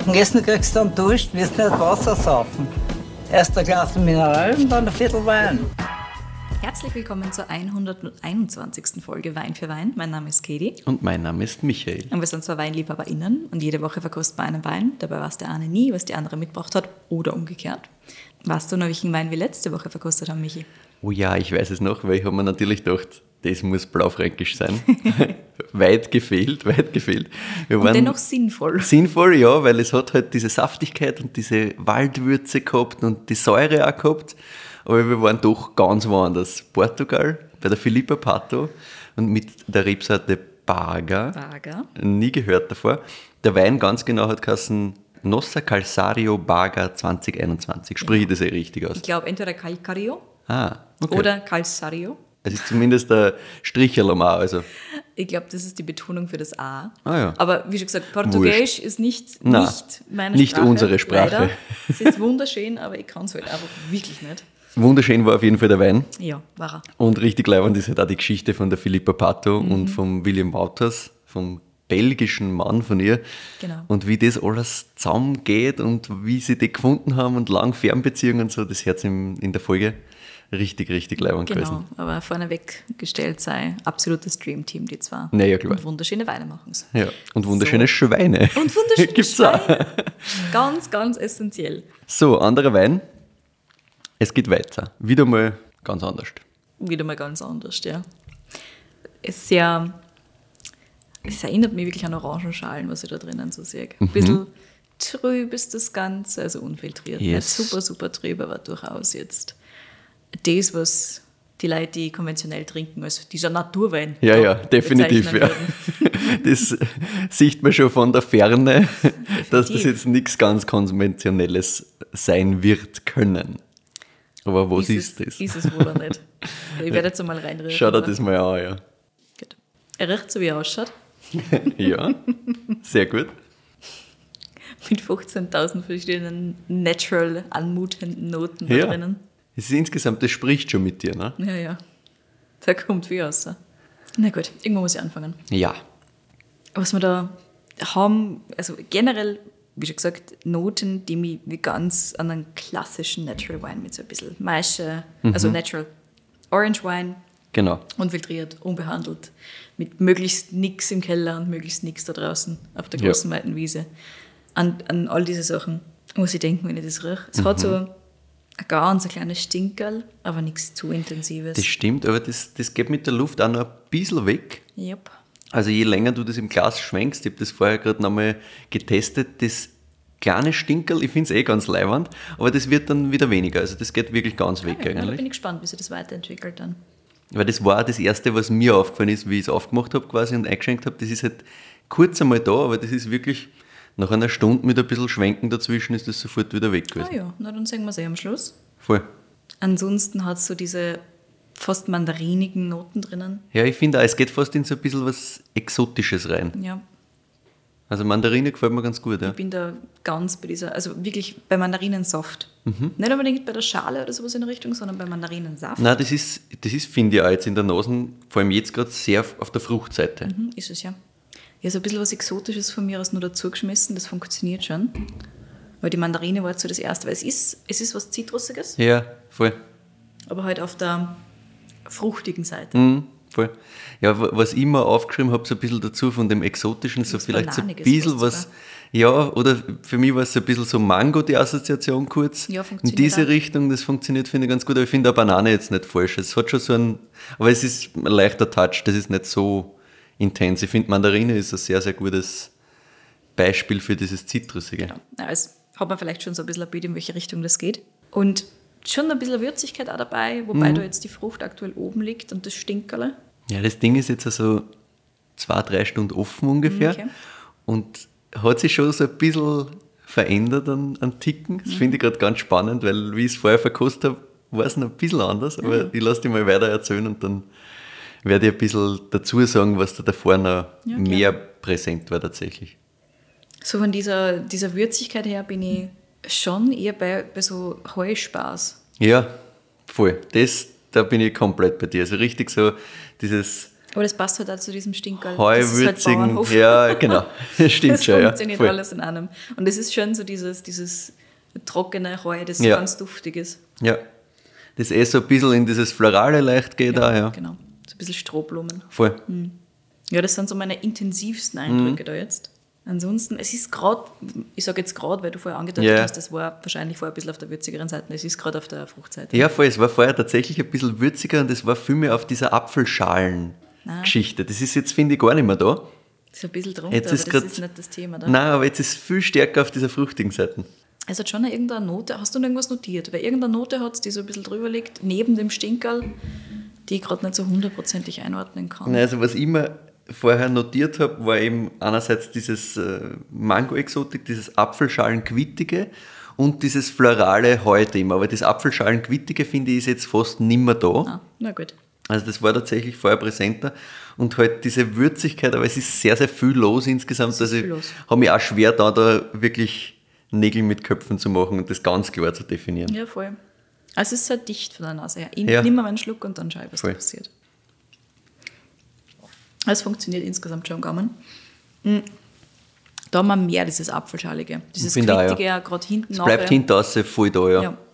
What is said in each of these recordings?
Zum Essen kriegst du dann Durst, wirst nicht Wasser saufen. Erst ein Glas Mineral und dann ein Viertel Wein. Herzlich willkommen zur 121. Folge Wein für Wein. Mein Name ist Katie. Und mein Name ist Michael. Und wir sind zwei WeinliebhaberInnen und jede Woche verkosten wir einen Wein. Dabei weiß der eine nie, was die andere mitgebracht hat oder umgekehrt. Weißt du noch, welchen Wein wir letzte Woche verkostet haben, Michi? Oh ja, ich weiß es noch, weil ich habe mir natürlich gedacht, das muss blaufränkisch sein. Weit gefehlt. Wir und dennoch sinnvoll. Sinnvoll, ja, weil es hat halt diese Saftigkeit und diese Waldwürze gehabt und die Säure auch gehabt. Aber wir waren doch ganz woanders. Portugal, bei der Filippa Pato und mit der Rebsorte Barga. Nie gehört davor. Der Wein ganz genau hat geheißen Nossa Calçario Barga 2021. Sprich ich das richtig aus? Ich glaube entweder Calcario okay. oder Calçario. Es ist zumindest der Stricherl am A. Also. Ich glaube, das ist die Betonung für das A. Ja. Aber wie schon gesagt, Portugiesisch ist nicht meine Sprache. Nicht unsere Sprache. Leider. Es ist wunderschön, aber ich kann es halt einfach wirklich nicht. Wunderschön war auf jeden Fall der Wein. Ja, war er. Und richtig leibend ist halt auch die Geschichte von der Filippa Pato und vom William Wouters, vom belgischen Mann von ihr. Genau. Und wie das alles zusammengeht und wie sie die gefunden haben und lang Fernbeziehungen und so, das Herz in der Folge richtig leibend gewesen. Genau, aber vorneweg gestellt sei absolutes Dreamteam, die zwei. Naja, klar. Und wunderschöne Weine machen es. Ja, und wunderschöne Schweine. Und wunderschöne Gibt's Schweine. Ganz essentiell. So, anderer Wein. Es geht weiter. Wieder mal ganz anders. Wieder mal ganz anders, ja. Es erinnert mich wirklich an Orangenschalen, was ich da drinnen so sehe. Ein bisschen trüb ist das Ganze, also unfiltriert. Yes. Nicht super trüb, aber durchaus jetzt das, was die Leute, die konventionell trinken, als dieser Naturwein. Ja, definitiv. Ja. Das sieht man schon von der Ferne, definitiv. Dass das jetzt nichts ganz Konventionelles sein wird können. Aber was ist das? Ist es wohl auch nicht. Ich werde jetzt einmal reinrühren. Schau dir das mal an, ja. Gut. Er riecht so, wie er ausschaut. Ja, sehr gut. Mit 15.000 verschiedenen natural anmutenden Noten da drinnen. Es ist insgesamt, das spricht schon mit dir, ne? Ja. Da kommt viel raus. Na gut, irgendwo muss ich anfangen. Ja. Was wir da haben, also generell, wie schon gesagt, Noten, die mich wie ganz an einen klassischen Natural Wine mit so ein bisschen Maische, also Natural Orange Wine. Genau. Unfiltriert, unbehandelt, mit möglichst nichts im Keller und möglichst nichts da draußen auf der großen, weiten Wiese. An all diese Sachen muss ich denken, wenn ich das rieche. Es hat so ein ganz kleines Stinkerl, aber nichts zu Intensives. Das stimmt, aber das geht mit der Luft auch noch ein bisschen weg. Yep. Also je länger du das im Glas schwenkst, ich habe das vorher gerade nochmal getestet, das kleine Stinkerl, ich finde es ganz leiwand, aber das wird dann wieder weniger, also das geht wirklich ganz weg eigentlich. Da bin ich gespannt, wie sich das weiterentwickelt dann. Weil das war das Erste, was mir aufgefallen ist, wie ich es aufgemacht habe quasi und eingeschenkt habe, das ist halt kurz einmal da, aber das ist wirklich, nach einer Stunde mit ein bisschen Schwenken dazwischen ist das sofort wieder weg gewesen. Ja, na dann sehen wir es am Schluss. Voll. Ansonsten hat es so diese fast mandarinigen Noten drinnen. Ja, ich finde auch, es geht fast in so ein bisschen was Exotisches rein. Ja. Also Mandarine gefällt mir ganz gut, ja. Ich bin da ganz bei dieser, also wirklich bei Mandarinensaft. Nicht unbedingt bei der Schale oder sowas in der Richtung, sondern bei Mandarinensaft. Nein, das ist finde ich auch jetzt in der Nase, vor allem jetzt gerade sehr auf der Fruchtseite. Ist es ja. Ja, so ein bisschen was Exotisches von mir aus nur dazu geschmissen, das funktioniert schon. Weil die Mandarine war jetzt so das Erste, weil es ist was Zitrusiges, Ja, voll. aber halt auf der fruchtigen Seite. Voll. Ja, was ich mir aufgeschrieben habe, so ein bisschen dazu von dem Exotischen, so vielleicht so ein bisschen was, ja, oder für mich war es so ein bisschen so Mango, die Assoziation kurz. Ja, funktioniert in diese auch. Richtung, das funktioniert, finde ich, ganz gut, aber ich finde auch Banane jetzt nicht falsch. Es hat schon so aber es ist ein leichter Touch, das ist nicht so intens. Ich finde, Mandarine ist ein sehr, sehr gutes Beispiel für dieses Zitrusige. Genau. Ja, also hat man vielleicht schon so ein bisschen ein Bild, in welche Richtung das geht. Und schon ein bisschen Würzigkeit auch dabei, wobei da jetzt die Frucht aktuell oben liegt und das Stinkerle. Ja, das Ding ist jetzt also 2-3 Stunden offen ungefähr und hat sich schon so ein bisschen verändert an Ticken. Das finde ich gerade ganz spannend, weil wie ich es vorher verkostet habe, war es noch ein bisschen anders, aber ich lasse dich mal weiter erzählen und dann werde ich ein bisschen dazu sagen, was da davor noch mehr präsent war tatsächlich. So von dieser Würzigkeit her bin ich schon eher bei so Heuspaß. Ja, voll. Da bin ich komplett bei dir. Also richtig so dieses Aber das passt halt auch zu diesem Stinkerl. Das ist halt Heuwürzigen, Bauernhof. ja, genau. Stimmt Das schon, ja. funktioniert Voll. alles in einem. Und es ist schon so dieses trockene Heu, das Ja. ganz duftig ist. Ja. Das so ein bisschen in dieses Florale leicht geht auch, ja. Genau. So ein bisschen Strohblumen. Voll. Ja, das sind so meine intensivsten Eindrücke da jetzt. Ansonsten, es ist gerade, ich sage jetzt gerade, weil du vorher angedeutet Ja. hast, das war wahrscheinlich vorher ein bisschen auf der würzigeren Seite, es ist gerade auf der Fruchtseite. Ja, voll. Es war vorher tatsächlich ein bisschen würziger und es war viel mehr auf dieser Apfelschalen-Geschichte. Das ist jetzt, finde ich, gar nicht mehr da. Das ist ein bisschen drunter, Jetzt aber ist das grad- ist nicht das Thema da. Nein, aber jetzt ist es viel stärker auf dieser fruchtigen Seite. Es hat schon irgendeine Note, hast du noch irgendwas notiert? Weil irgendeine Note hat es, die so ein bisschen drüber liegt, neben dem Stinkerl, die ich gerade nicht so hundertprozentig einordnen kann. Nein, also was ich mir vorher notiert habe, war eben einerseits dieses Mango-Exotik, dieses Apfelschalen-Quittige und dieses florale Heu-Thema. Aber das Apfelschalen-Quittige, finde ich, ist jetzt fast nimmer da. Ah, na gut. Also das war tatsächlich vorher präsenter und halt diese Würzigkeit, aber es ist sehr, sehr viel los insgesamt. ist Also viel ich los. habe mich auch schwer da wirklich Nägel mit Köpfen zu machen und das ganz klar zu definieren. Ja, voll. Also es ist sehr dicht von der Nase her. Ich Ja. nehme mal einen Schluck und dann schaue ich, was da Voll. passiert. Es funktioniert insgesamt schon am Gaumen. Da haben wir mehr dieses Apfelschalige. Dieses Ich finde auch, ja. Quittige, ja. Gerade hinten Es bleibt hinten raus voll da, ja. Ja.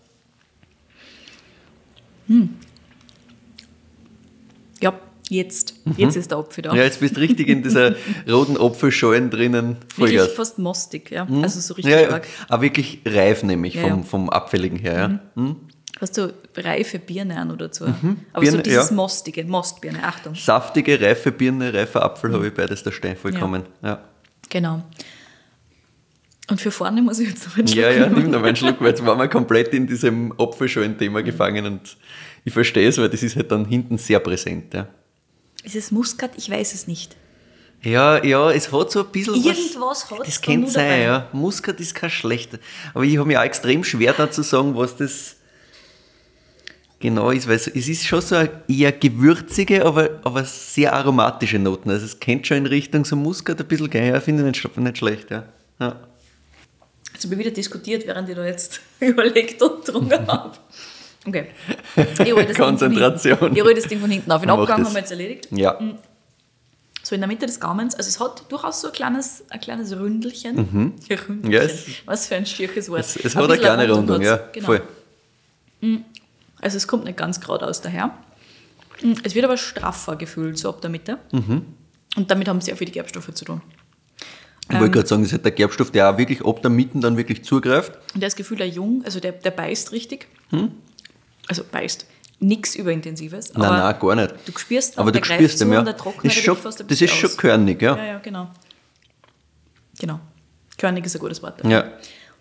Ja, jetzt. Jetzt ist der Apfel da. Ja, jetzt bist du richtig in dieser roten Apfelschalen drinnen. Wirklich Vollgas. fast mostig, ja. Also so richtig Ja, ja, stark. aber wirklich reif nämlich Ja, ja. vom Abfälligen her. Ja. Hast du reife Birne an oder so? Aber Birne, so dieses ja. mostige, Mostbirne, Achtung. Saftige, reife Birne, reifer Apfel habe ich beides da stehen, vollkommen. Ja, Genau. Und für vorne muss ich jetzt noch einen Schluck ja, nehmen. nimm noch mal einen Schluck, weil jetzt waren wir komplett in diesem Apfelschalen-Thema gefangen und ich verstehe es, weil das ist halt dann hinten sehr präsent. Ja, Ist es Muskat? Ich weiß es nicht. ja, es hat so ein bisschen Irgendwas hat's Das da könnte nur sein, dabei. ja. Muskat ist kein schlechter. Aber ich habe mich auch extrem schwer da zu sagen, was das genau ist, weil es ist schon so eine eher gewürzige, aber sehr aromatische Noten. Also es könnte schon in Richtung so Muskat ein bisschen gehen. Ja, finde ich nicht schlecht, ja. Ja. Jetzt habe ich wieder diskutiert, während ich da jetzt überlegt und getrunken habe. Okay. Ich hol das Konzentration. Ding von hinten. Ich hole das Ding von hinten auf. Den Mach Abgang das. haben wir jetzt erledigt. Ja. So in der Mitte des Gaumens. Also es hat durchaus so ein kleines Ründelchen. Ja, Ründelchen. Ja, Was für ein schierches Wort. Es hat eine bisschen kleine Rundung, ja. hat's. Genau. Voll. Also es kommt nicht ganz geradeaus daher. Es wird aber straffer gefühlt, so ab der Mitte. Und damit haben sie auch viel die Gerbstoffe zu tun. Ich wollte gerade sagen, das ist der Gerbstoff, der auch wirklich ab der Mitte dann wirklich zugreift. Und der ist Gefühl der jung, also der beißt richtig. Also beißt. Nichts Überintensives. Nein, aber nein, gar nicht. Du spürst Aber der du greift spürst zu ihn, ja. und der trocknet Das ist schon, fast ein das bisschen ist schon aus. körnig, ja. Ja, ja, genau. Genau. Körnig ist ein gutes Wort. Ja.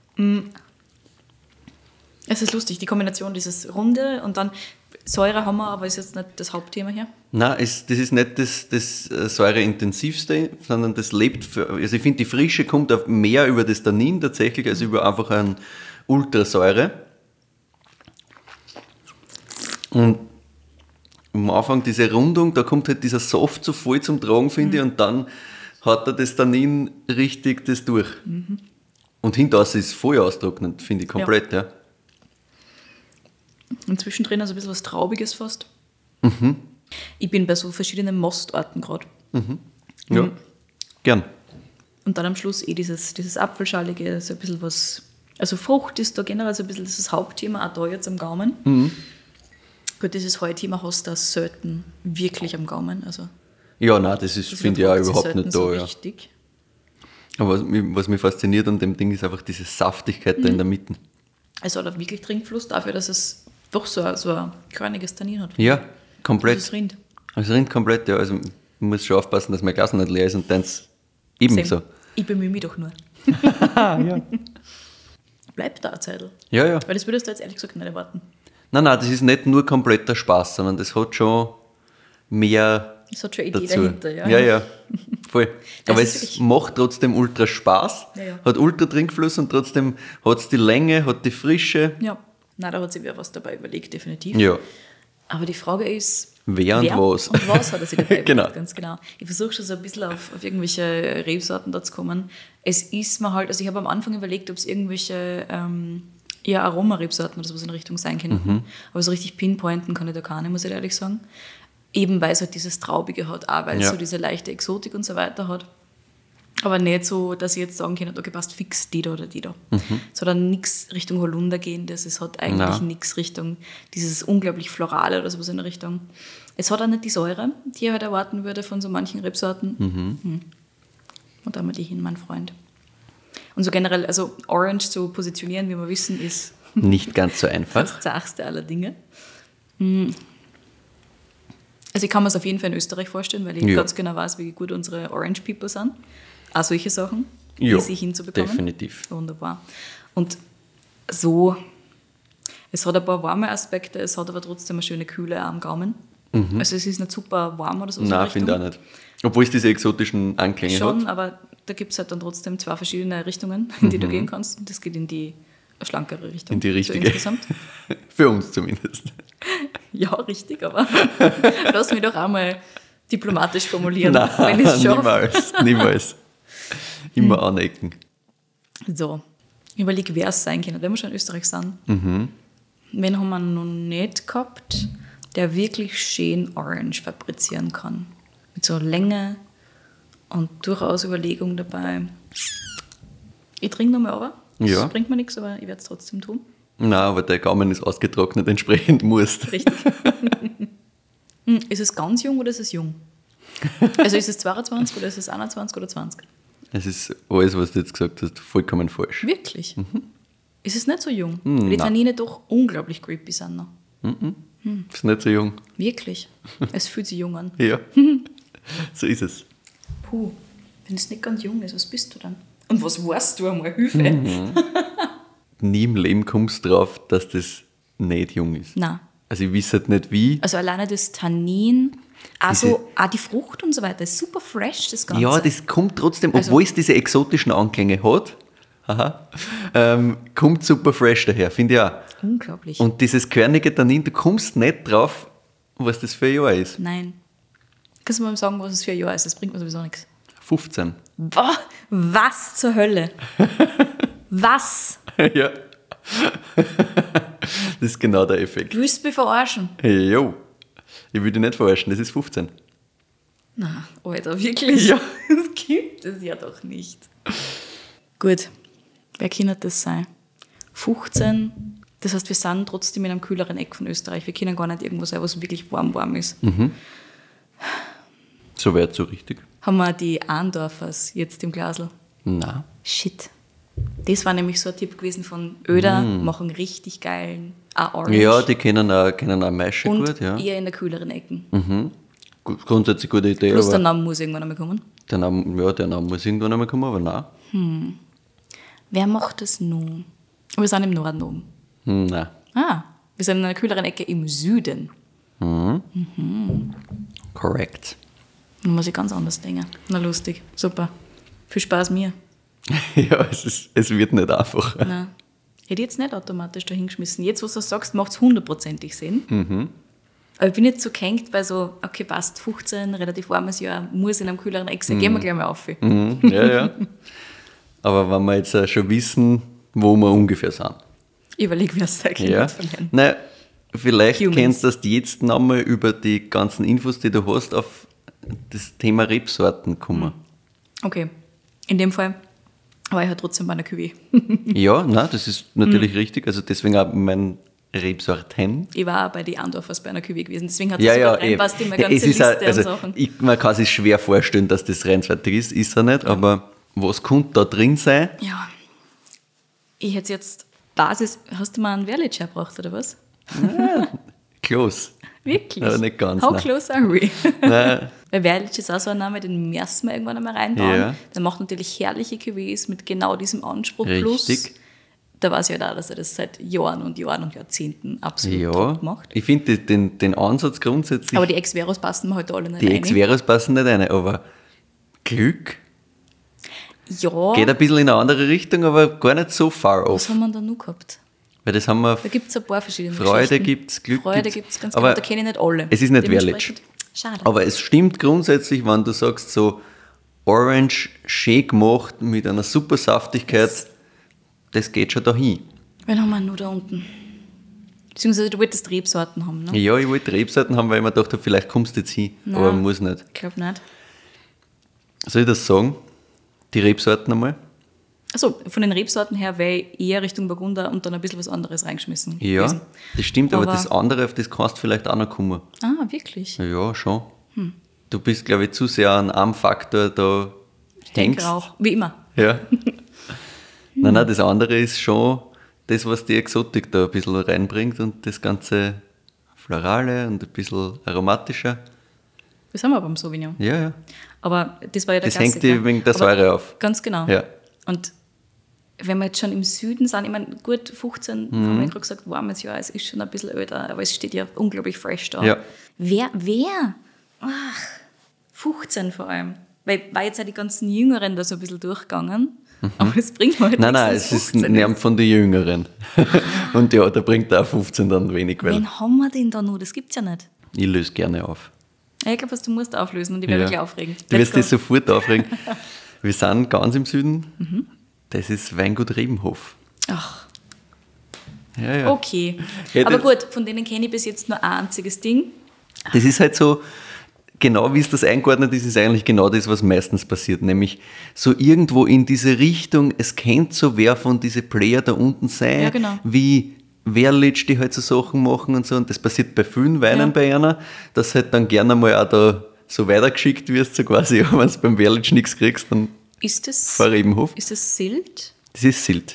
Es ist lustig, die Kombination dieses Runde und dann Säure haben wir, aber ist jetzt nicht das Hauptthema hier. Nein, das ist nicht das Säureintensivste, sondern das lebt also ich finde, die Frische kommt auf mehr über das Tannin tatsächlich, als über einfach eine Ultrasäure. Und am Anfang diese Rundung, da kommt halt dieser Saft so voll zum Tragen, finde ich, und dann hat er das Tannin richtig das durch. Und hinterher ist es voll austrocknend, finde ich, komplett, ja. Und zwischendrin also ein bisschen was Traubiges fast. Ich bin bei so verschiedenen Mostarten gerade. Ja, gern. Und dann am Schluss dieses Apfelschalige, so ein bisschen was. Also Frucht ist da generell so ein bisschen das Hauptthema, auch da jetzt am Gaumen. Gut, dieses Heuthema hast du auch selten wirklich am Gaumen. Also, Ja, nein, das ist, finde ich auch überhaupt überhaupt selten nicht so da, ja. richtig. Aber was mich fasziniert an dem Ding ist einfach diese Saftigkeit da in der Mitte. Es hat auch wirklich Trinkfluss dafür, dass es doch so ein körniges Tannin hat. Ja, komplett. Das Rind. Also Rind komplett, ja. Also man muss schon aufpassen, dass mein Glas nicht leer ist und dann ebenso. Same. Ich bemühe mich doch nur. Bleibt da ein Zeitl. Ja, ja. Weil das würdest du jetzt ehrlich gesagt nicht erwarten. Nein, das ist nicht nur kompletter Spaß, sondern das hat schon mehr Es hat schon Idee dazu. dahinter, ja. Ja, voll. Aber ist es wirklich- macht trotzdem ultra Spaß, Ja. hat ultra Trinkfluss und trotzdem hat es die Länge, hat die Frische. Ja. Nein, da hat sich wer was dabei überlegt, definitiv. Ja, Aber die Frage ist, Wer und was. Und was hat er sich dabei überlegt, Genau. ganz genau. Ich versuche schon so ein bisschen auf irgendwelche Rebsorten da zu kommen. Es ist mir halt, also ich habe am Anfang überlegt, ob es irgendwelche eher Aromarebsorten oder sowas in der Richtung sein können. Aber so richtig pinpointen kann ich da keine, muss ich ehrlich sagen. Eben weil es halt dieses Traubige hat, auch weil es Ja. so diese leichte Exotik und so weiter hat. Aber nicht so, dass ich jetzt sagen kann, okay, passt fix die da oder die da. Es hat dann nichts Richtung Holunder gehendes, es hat eigentlich Nein. nichts Richtung dieses unglaublich Florale oder sowas in der Richtung. Es hat auch nicht die Säure, die ich halt erwarten würde von so manchen Rebsorten. Und damit ich hin, mein Freund. Und so generell, also Orange zu positionieren, wie wir wissen, ist Nicht ganz so einfach. das zachste aller Dinge. Also ich kann mir es auf jeden Fall in Österreich vorstellen, weil ich Ja. ganz genau weiß, wie gut unsere Orange People sind. Auch solche Sachen, Ja, easy hinzubekommen. definitiv. Wunderbar. Und so, es hat ein paar warme Aspekte, es hat aber trotzdem eine schöne Kühle am Gaumen. Also es ist nicht super warm oder so. Nein, finde ich auch nicht. Obwohl es diese exotischen Anklänge Schon, hat. aber da gibt es halt dann trotzdem 2 verschiedene Richtungen, in die du gehen kannst. Und das geht in die schlankere Richtung. In die richtige. So insgesamt. Für uns zumindest. Ja, richtig, aber lass mich doch einmal diplomatisch formulieren, wenn ich es schaffe. Niemals. Immer anecken. So, ich überlege, wer es sein könnte, wenn wir schon in Österreich sind. Wen haben wir noch nicht gehabt, der wirklich schön Orange fabrizieren kann? Mit so Länge und durchaus Überlegung dabei. Ich trinke nochmal aber. Ja. Das bringt mir nichts, aber ich werde es trotzdem tun. Nein, aber der Gaumen ist ausgetrocknet, entsprechend musst. Richtig. Ist es ganz jung oder ist es jung? Also ist es 22 oder ist es 21 oder 20? Es ist alles, was du jetzt gesagt hast, vollkommen falsch. Wirklich? Ist es nicht so jung? Weil die nein. Tannine doch unglaublich creepy sind noch. Ist nicht so jung. Wirklich. Es fühlt sich jung an. Ja, so ist es. Puh, wenn es nicht ganz jung ist, was bist du dann? Und was weißt du einmal? Hilfe. Nie im Leben kommst du drauf, dass das nicht jung ist. Nein. Also ich weiß halt nicht wie. Also alleine das Tannin, also auch die Frucht und so weiter, ist super fresh, das Ganze. Ja, das kommt trotzdem, Also- obwohl es diese exotischen Anklänge hat, kommt super fresh daher, finde ich auch. Unglaublich. Und dieses körnige Tannin, du kommst nicht drauf, was das für ein Jahr ist. Nein. Kannst du mal sagen, was es für ein Jahr ist? Das bringt mir sowieso nichts. 15. Boah, was zur Hölle? Was? Ja. Das ist genau der Effekt. Du willst mich verarschen? Jo. Ich will dich nicht verarschen, das ist 15. Na, Alter, wirklich? Ja. Das gibt es ja doch nicht. Gut, wer kann das sein? 15, das heißt, wir sind trotzdem in einem kühleren Eck von Österreich. Wir können gar nicht irgendwo sein, wo es wirklich warm ist. So wäre es so richtig. Haben wir die Ahndorfers jetzt im Glasl? Nein. Shit. Das war nämlich so ein Tipp gewesen von Öder, machen richtig geilen Orange. Ja, die kennen auch Maische und gut, ja. eher in der kühleren Ecken. Grundsätzlich gute Idee, Plus der aber Name muss irgendwann einmal kommen. der Name muss irgendwann einmal kommen, aber nein. Wer macht das nun? Wir sind im Norden oben. Nein. Ah, wir sind in einer kühleren Ecke im Süden. Correct. Da muss ich ganz anders denken. Na lustig, super. Viel Spaß mir. Ja, es wird nicht einfach. Nein. Hätte ich jetzt nicht automatisch da hingeschmissen. Jetzt, was du sagst, macht es 100%ig Sinn. Aber ich bin jetzt so gehängt bei so, okay, passt, 15, relativ warmes Jahr, muss in einem kühleren Eck sein, gehen wir gleich mal auf. Ja. Aber wenn wir jetzt auch schon wissen, wo wir ungefähr sind. Überleg, wer es sagt. Ja. Nein, vielleicht Humans. kannst du das jetzt nochmal über die ganzen Infos, die du hast, auf das Thema Rebsorten kommen. Okay, in dem Fall war ich halt trotzdem bei einer Cuvée. Ja, nein, das ist natürlich richtig. Also deswegen auch mein Rebsorten. Ich war auch bei den Andorfers bei einer Cuvée gewesen, deswegen hat es Ja, super ja, reinpasst in meine ganze es ist Liste auch, also an Sachen. man kann sich schwer vorstellen, dass das reinwertig ist er nicht, aber was könnte da drin sein? Ja, ich hätte jetzt Basis, hast du mal einen Verlic hergebracht oder was? Close. Wirklich? Aber nicht ganz, How nein. close are we? Nein, Weil Verlic ist auch so ein Name, den müssen wir irgendwann einmal reinbauen. Ja. Der macht natürlich herrliche Cuvées mit genau diesem Anspruch. Richtig. Plus, da weiß ich halt auch, dass er das seit Jahren und Jahren und Jahrzehnten absolut ja. top macht. Ich finde den Ansatz grundsätzlich, Aber die Ex-Veros passen mir halt alle nicht die rein. Ex-Veros passen nicht rein, aber Glück Ja, geht ein bisschen in eine andere Richtung, aber gar nicht so far was off. haben wir da noch gehabt? Weil das haben wir, Da gibt es ein paar verschiedene Freude Geschichten. gibt's, Glück Freude gibt's. gibt es, ganz Aber genau. Da kenne ich nicht alle. es ist nicht Dementsprechend- Schade. aber es stimmt grundsätzlich, wenn du sagst, so Orange schön gemacht mit einer super Saftigkeit, das geht schon dahin. Wen haben wir nur da unten? Beziehungsweise du wolltest Rebsorten haben, ne? Ja, ich wollte Rebsorten haben, weil ich mir gedacht habe, vielleicht kommst du jetzt hin, aber muss nicht. Ich glaube nicht. Soll ich das sagen? Die Rebsorten einmal? Also von den Rebsorten her wäre ich eher Richtung Burgunder und dann ein bisschen was anderes reingeschmissen. Ja, gewesen. das stimmt, aber Aber- das andere, auf das kannst du vielleicht auch noch kommen. Ah, wirklich? Ja, schon. Du bist, glaube ich, zu sehr an einem Faktor da Ich denke hängst. auch. Wie immer. Ja. Nein, das andere ist schon das, was die Exotik da ein bisschen reinbringt und das ganze Florale und ein bisschen aromatischer. Das haben wir beim Sauvignon. Ja, ja. Aber das war ja der Das hängt Klassiker. dir wegen der Aber Säure auf. Ganz genau. Ja. Und wenn wir jetzt schon im Süden sind, ich meine, gut, 15, haben wir ja gerade gesagt, warmes Jahr, es ist schon ein bisschen älter, aber es steht ja unglaublich fresh da. Ja. Wer? Ach, 15 vor allem. Weil jetzt sind die ganzen Jüngeren da so ein bisschen durchgegangen, aber es bringt mir halt Nein, nichts, nein, dass es ist 15 niemand von den Jüngeren. Und ja, da bringt auch 15 dann wenig, weil Wen haben wir denn da noch? Das gibt's ja nicht. ich löse gerne auf. Ich glaube, du musst auflösen und ich werde mich aufregen. Du wirst dich Let's go. sofort aufregen. Wir sind ganz im Süden. Das ist Weingut Rebenhof. Ach, Ja, ja. okay. Ja, Aber das- gut, von denen kenne ich bis jetzt nur ein einziges Ding. Das ist halt so, genau wie es das eingeordnet ist, ist eigentlich genau das, was meistens passiert. Nämlich so irgendwo in diese Richtung, es kennt so wer von diese Player da unten sein, Ja, genau. wie Werlitsch, die halt so Sachen machen und so. Und das passiert bei vielen Weinen Ja. bei einer, dass halt dann gerne mal auch da so weitergeschickt wirst, so quasi, wenn du beim Werlitsch nichts kriegst, dann Ist das, fahr Rebenhof. ist das Silt? Das ist Silt.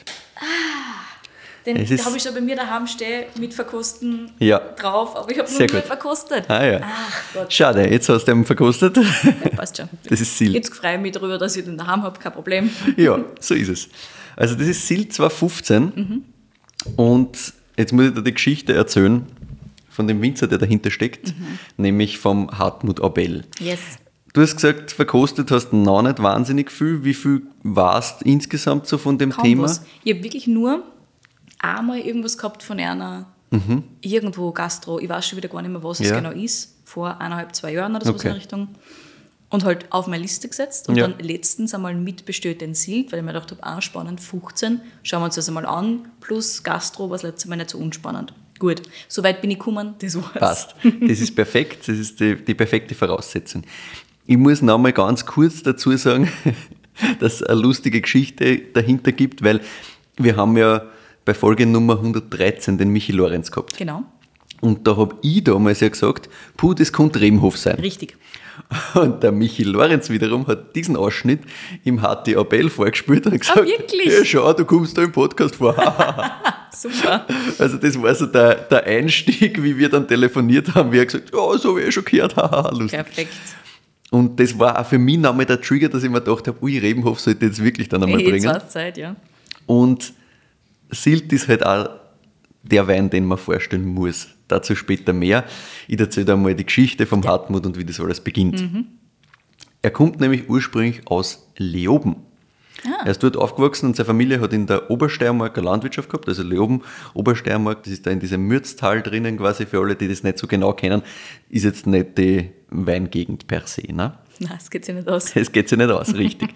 Den Es ist- habe ich schon bei mir daheim stehen mit Verkosten Ja. drauf, aber ich habe noch Sehr nie gut. verkostet. Ah ja. Ach Gott, Schade, jetzt hast du ihn verkostet. ja, passt schon. Das ist Silt. Jetzt freue ich mich darüber, dass ich den daheim habe, kein Problem. Ja, so ist es. Also das ist Silt 215 und jetzt muss ich dir die Geschichte erzählen von dem Winzer, der dahinter steckt, nämlich vom Hartmut Abel. Yes. Du hast gesagt, verkostet hast du noch nicht wahnsinnig viel. Wie viel warst du insgesamt so von dem Kaum Thema? was. Ich habe wirklich nur einmal irgendwas gehabt von einer irgendwo Gastro. Ich weiß schon wieder gar nicht mehr, was es Ja. genau ist. Vor 1,5, 2 Jahren oder so Okay. in der Richtung. Und halt auf meine Liste gesetzt und Ja. dann letztens einmal mitbestellt den Silt, weil ich mir gedacht habe, spannend, 15, schauen wir uns das einmal an, plus Gastro, was letztes Mal nicht so unspannend. Gut, soweit bin ich gekommen, das war's. Passt. Das ist perfekt. Das ist die perfekte Voraussetzung. Ich muss noch mal ganz kurz dazu sagen, dass es eine lustige Geschichte dahinter gibt, weil wir haben ja bei Folge Nummer 113 den Michi Lorenz gehabt. Genau, Und da habe ich damals ja gesagt, puh, das könnte Rebenhof sein. richtig. Und der Michi Lorenz wiederum hat diesen Ausschnitt im HT Abel vorgespielt und gesagt, wirklich? ja schau, du kommst da im Podcast vor. Super. Also das war so der Einstieg, wie wir dann telefoniert haben, wie er gesagt, ja, so habe ich schon gehört, haha, lustig. Perfekt. Und das war auch für mich nochmal der Trigger, dass ich mir gedacht habe, ui, Rebenhof sollte jetzt wirklich dann einmal Jetzt bringen. war es Zeit, ja. Und Silt ist halt auch der Wein, den man vorstellen muss. Dazu später mehr. Ich erzähle dir mal die Geschichte vom Hartmut und wie das alles beginnt. Er kommt nämlich ursprünglich aus Leoben. Er ist dort aufgewachsen und seine Familie hat in der Obersteiermark eine Landwirtschaft gehabt, also Leoben, Obersteiermark, das ist da in diesem Mürztal drinnen quasi, für alle, die das nicht so genau kennen, ist jetzt nicht die Weingegend per se. Ne? Nein, das geht sich nicht aus. Es geht sich nicht aus, richtig.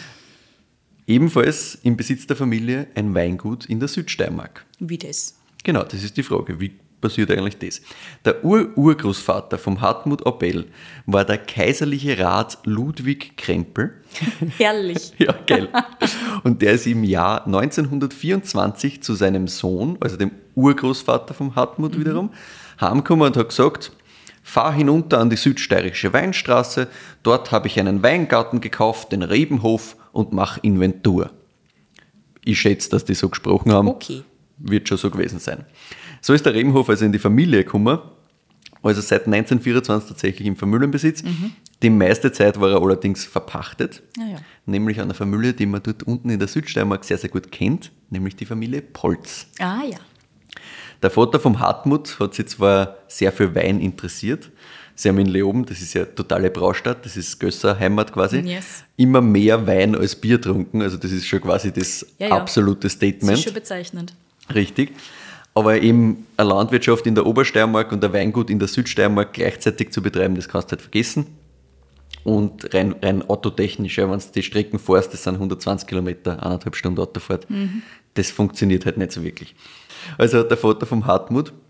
Ebenfalls im Besitz der Familie ein Weingut in der Südsteiermark. Wie das? Genau, das ist die Frage. Wie passiert eigentlich das? Der Urgroßvater vom Hartmut Abel war der kaiserliche Rat Ludwig Krempel. Herrlich. Ja, geil. Und der ist im Jahr 1924 zu seinem Sohn, also dem Urgroßvater vom Hartmut wiederum, heimgekommen und hat gesagt, fahr hinunter an die südsteirische Weinstraße, dort habe ich einen Weingarten gekauft, den Rebenhof, und mach Inventur. Ich schätze, dass die so gesprochen haben. Okay. Wird schon so gewesen sein. So ist der Rebenhof also in die Familie gekommen, also seit 1924 tatsächlich im Familienbesitz. Die meiste Zeit war er allerdings verpachtet, Ja, ja. nämlich an eine Familie, die man dort unten in der Südsteiermark sehr, sehr gut kennt, nämlich die Familie Polz. Ah ja. Der Vater vom Hartmut hat sich zwar sehr für Wein interessiert. Sie haben in Leoben, das ist ja totale Braustadt, das ist Gösser Heimat quasi, Yes. immer mehr Wein als Bier trunken. Also das ist schon quasi das Ja, ja. absolute Das Statement. ist schon bezeichnend. Richtig. Aber eben eine Landwirtschaft in der Obersteiermark und ein Weingut in der Südsteiermark gleichzeitig zu betreiben, das kannst du halt vergessen. Und rein autotechnisch, ja, wenn du die Strecken fährst, das sind 120 Kilometer, 1,5 Stunden Autofahrt, das funktioniert halt nicht so wirklich. Also hat der Vater vom Hartmut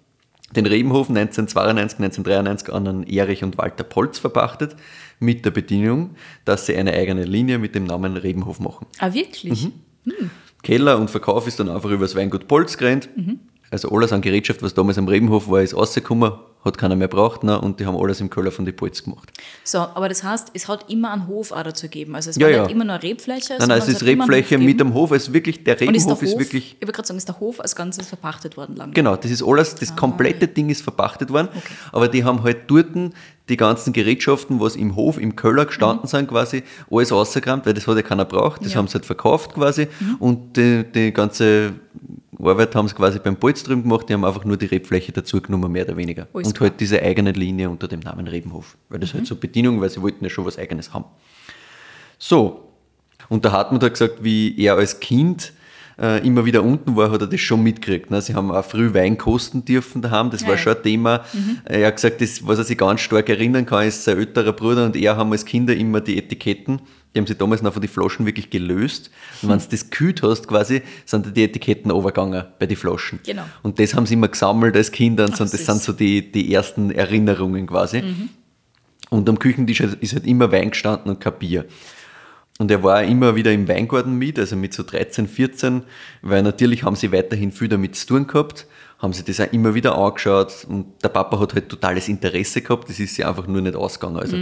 den Rebenhof 1992, 1993 an einen Erich und Walter Polz verpachtet, mit der Bedingung, dass sie eine eigene Linie mit dem Namen Rebenhof machen. Ah, wirklich? Keller und Verkauf ist dann einfach über das Weingut Polz gerannt. Also alles an Gerätschaft, was damals am Rebenhof war, ist rausgekommen, hat keiner mehr braucht, ne, und die haben alles im Keller von den Polz gemacht. So, aber das heißt, es hat immer einen Hof auch dazu gegeben. Also es Ja, war ja. nicht immer nur eine Rebfläche, Nein, es ist Rebfläche mit dem Hof, also wirklich, der Und ist der Rebenhof ist Hof, wirklich... ich würde gerade sagen, ist der Hof als Ganzes verpachtet worden lange? Genau, das ist alles, das komplette Ding ist verpachtet worden, aber die haben halt dort die ganzen Gerätschaften, was im Hof, im Keller gestanden sind quasi, alles rausgekramt, weil das hat ja keiner braucht, das haben sie halt verkauft quasi und die ganze Arbeit haben sie quasi beim Polz drüben gemacht, die haben einfach nur die Rebfläche dazu genommen, mehr oder weniger. Alles Und klar. halt diese eigene Linie unter dem Namen Rebenhof, weil das halt so Bedienung, weil sie wollten ja schon was Eigenes haben. So, und der Hartmut hat gesagt, wie er als Kind immer wieder unten war, hat er das schon mitgekriegt. Ne? Sie haben auch früh Wein kosten dürfen daheim, das war schon ein Thema. Er hat gesagt, das, was er sich ganz stark erinnern kann, ist sein älterer Bruder und er haben als Kinder immer die Etiketten, die haben sie damals noch von den Flaschen wirklich gelöst. Und wenn du das gekühlt hast quasi, sind die Etiketten runtergegangen bei den Flaschen. Genau. Und das haben sie immer gesammelt als Kinder und das süß. sind so die ersten Erinnerungen quasi. Und am Küchentisch ist halt immer Wein gestanden und kein Bier. Und er war immer wieder im Weingarten mit, also mit so 13, 14, weil natürlich haben sie weiterhin viel damit zu tun gehabt, haben sie das auch immer wieder angeschaut und der Papa hat halt totales Interesse gehabt, das ist ja einfach nur nicht ausgegangen. Also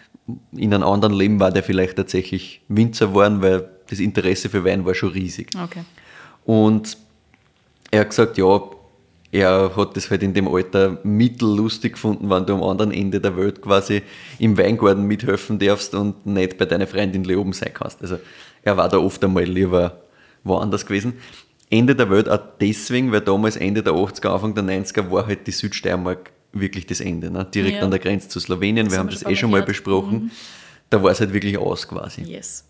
in einem anderen Leben war der vielleicht tatsächlich Winzer geworden, weil das Interesse für Wein war schon riesig. Okay. Und er hat gesagt, ja, er hat das halt in dem Alter mittellustig gefunden, wenn du am anderen Ende der Welt quasi im Weingarten mithelfen darfst und nicht bei deiner Freundin oben sein kannst. Also er war da oft einmal lieber woanders gewesen. Ende der Welt auch deswegen, weil damals Ende der 80er, Anfang der 90er war halt die Südsteiermark wirklich das Ende. Ne? Direkt Ja. an der Grenze zu Slowenien, wir Das haben haben wir das schon schon mal gehört. besprochen. Da war es halt wirklich aus quasi. Yes.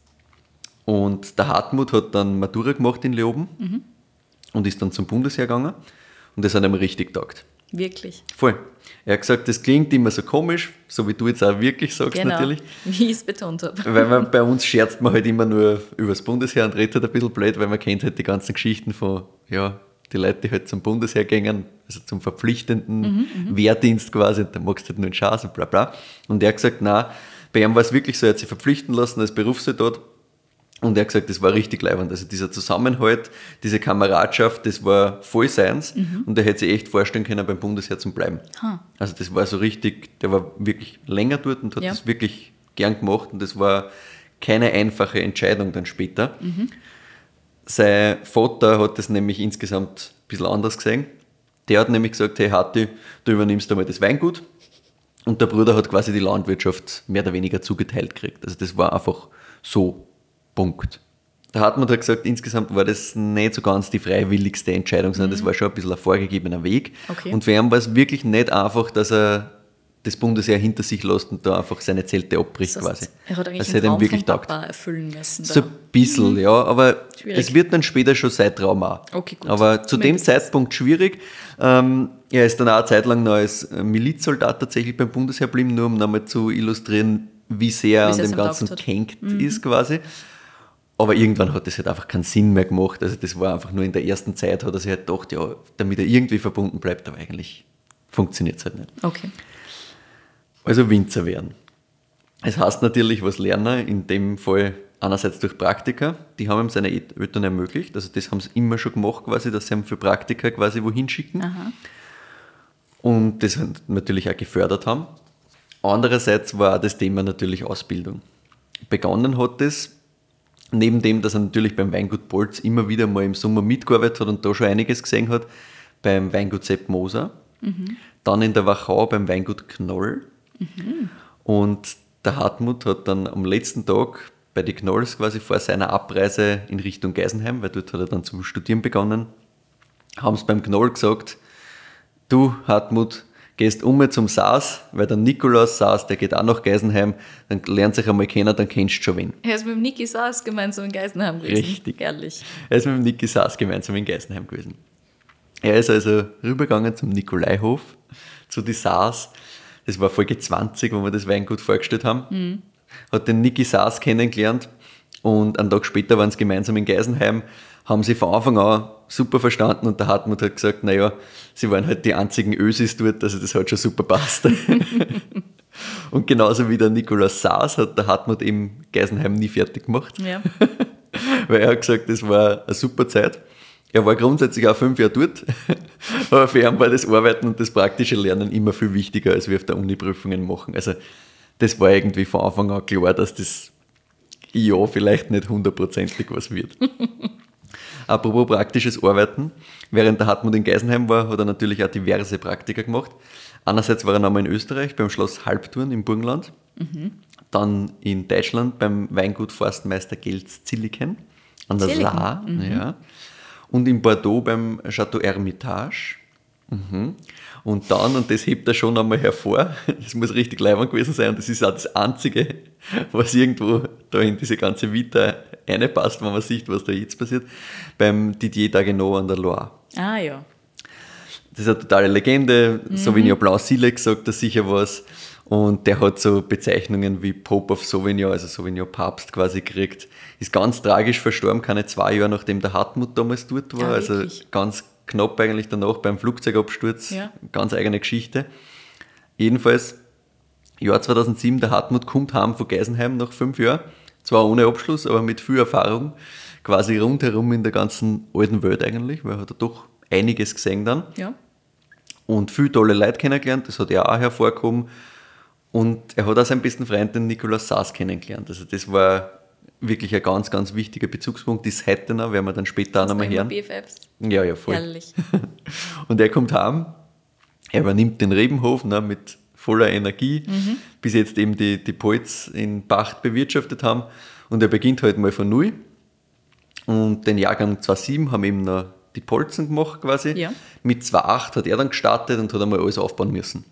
Und der Hartmut hat dann Matura gemacht in Leoben und ist dann zum Bundesheer gegangen. Und das hat ihm richtig getaugt. Wirklich. Voll. Er hat gesagt, das klingt immer so komisch, so wie du jetzt auch wirklich sagst Genau. natürlich. Wie ich es betont habe. Weil bei uns scherzt man halt immer nur über das Bundesheer und redet halt ein bisschen blöd, weil man kennt halt die ganzen Geschichten von, ja, die Leute, die halt zum Bundesheer gehen, also zum verpflichtenden Wehrdienst quasi, und da magst du halt nur einen Schaß und bla bla. Und er hat gesagt, nein, bei ihm war es wirklich so, er hat sich verpflichten lassen als Berufssoldat. Und er hat gesagt, das war richtig leibend. Also dieser Zusammenhalt, diese Kameradschaft, das war voll seins. Und er hätte sich echt vorstellen können, beim Bundesheer zu bleiben. Also das war so richtig, der war wirklich länger dort und hat Ja. das wirklich gern gemacht. Und das war keine einfache Entscheidung dann später. Sein Vater hat das nämlich insgesamt ein bisschen anders gesehen. Der hat nämlich gesagt, hey Hatti, du übernimmst einmal das Weingut. Und der Bruder hat quasi die Landwirtschaft mehr oder weniger zugeteilt gekriegt. Also das war einfach so. Punkt. Da hat man da gesagt, insgesamt war das nicht so ganz die freiwilligste Entscheidung, sondern das war schon ein bisschen ein vorgegebener Weg. Okay. Und für ihn war es wirklich nicht einfach, dass er das Bundesheer hinter sich lässt und da einfach seine Zelte abbricht Das quasi. heißt, er hat eigentlich Das den hätte ihm Traum wirklich vom taugt. Papa erfüllen müssen. So ein bisschen, ja, aber Schwierig. es wird dann später schon sein Traum auch. Okay, gut. Aber zu dem Zumindest. Zeitpunkt schwierig. Er ist dann auch eine Zeit lang noch als Milizsoldat tatsächlich beim Bundesheer geblieben, nur um nochmal zu illustrieren, wie sehr er Wie an sehr es dem ihm Ganzen taugt hat. gehängt ist quasi. Aber irgendwann hat das halt einfach keinen Sinn mehr gemacht. Also das war einfach nur in der ersten Zeit, hat er sich halt gedacht, ja, damit er irgendwie verbunden bleibt, aber eigentlich funktioniert es halt nicht. Okay. Also Winzer werden. Es heißt natürlich was lernen, in dem Fall einerseits durch Praktika, die haben ihm seine Eltern ermöglicht, also das haben sie immer schon gemacht quasi, dass sie ihn für Praktika quasi wohin schicken und das natürlich auch gefördert haben. Andererseits war auch das Thema natürlich Ausbildung. Begonnen hat das, neben dem, dass er natürlich beim Weingut Polz immer wieder mal im Sommer mitgearbeitet hat und da schon einiges gesehen hat, beim Weingut Sepp Moser, dann in der Wachau beim Weingut Knoll. Und der Hartmut hat dann am letzten Tag bei den Knolls quasi vor seiner Abreise in Richtung Geisenheim, weil dort hat er dann zum Studieren begonnen, haben sie beim Knoll gesagt, du Hartmut, gehst zum Saas, weil der Nikolaus Saas, der geht auch nach Geisenheim, dann lernt sich einmal kennen, dann kennst du schon wen. Er ist mit dem Niki Saas gemeinsam in Geisenheim gewesen. Richtig. Ehrlich. Er ist mit dem Niki Saas gemeinsam in Geisenheim gewesen. Er ist also rübergegangen zum Nikolaihof, zu die Saas. Das war Folge 20, wo wir das Weingut vorgestellt haben. Hat den Niki Saas kennengelernt und einen Tag später waren sie gemeinsam in Geisenheim, haben sie von Anfang an super verstanden und der Hartmut hat gesagt, naja, sie waren halt die einzigen Ösis dort, also das hat schon super passt. Und genauso wie der Nikolaus Saas hat der Hartmut eben Geisenheim nie fertig gemacht. Ja. Weil er hat gesagt, das war eine super Zeit. Er war grundsätzlich auch 5 Jahre dort, aber für ihn war das Arbeiten und das praktische Lernen immer viel wichtiger, als wir auf der Uni Prüfungen machen. Also das war irgendwie von Anfang an klar, dass das ja vielleicht nicht 100%ig was wird. Apropos praktisches Arbeiten, während der Hartmut in Geisenheim war, hat er natürlich auch diverse Praktika gemacht. Einerseits war er nochmal in Österreich beim Schloss Halbturn im Burgenland, dann in Deutschland beim Weingut Forstmeister Geltz-Zilliken an der Zilliken. Saar, ja. Und in Bordeaux beim Chateau Hermitage. Und dann, und das hebt er schon einmal hervor, das muss richtig leibend gewesen sein, und das ist auch das Einzige, was irgendwo da in diese ganze Vita reinpasst, wenn man sieht, was da jetzt passiert, beim Didier Dagenot an der Loire. Ah ja. Das ist eine totale Legende, Sauvignon Blanc Silex sagt da sicher was, und der hat so Bezeichnungen wie Pope of Sauvignon, also Sauvignon Papst quasi gekriegt. Ist ganz tragisch verstorben, keine 2 Jahre nachdem der Hartmut damals dort war, Ah, also wirklich? ganz knapp eigentlich danach beim Flugzeugabsturz, Ja. ganz eigene Geschichte. Jedenfalls, Jahr 2007, der Hartmut kommt heim von Geisenheim nach 5 Jahren, zwar ohne Abschluss, aber mit viel Erfahrung, quasi rundherum in der ganzen alten Welt eigentlich, weil er hat doch einiges gesehen dann Ja. und viele tolle Leute kennengelernt, das hat er auch hervorgehoben, und er hat auch seinen besten Freund, den Nikolaus Saas, kennengelernt. Also das war wirklich ein ganz, ganz wichtiger Bezugspunkt, ist heute noch, werden wir dann später auch nochmal hören. BFFs. Ja, voll. Herrlich. Und er kommt heim, er übernimmt den Rebenhof mit voller Energie, bis jetzt eben die Polz in Pacht bewirtschaftet haben, und er beginnt halt mal von null. Und den Jahrgang 2007 haben eben noch die Polzen gemacht quasi. Ja. Mit 2008 hat er dann gestartet und hat einmal alles aufbauen müssen.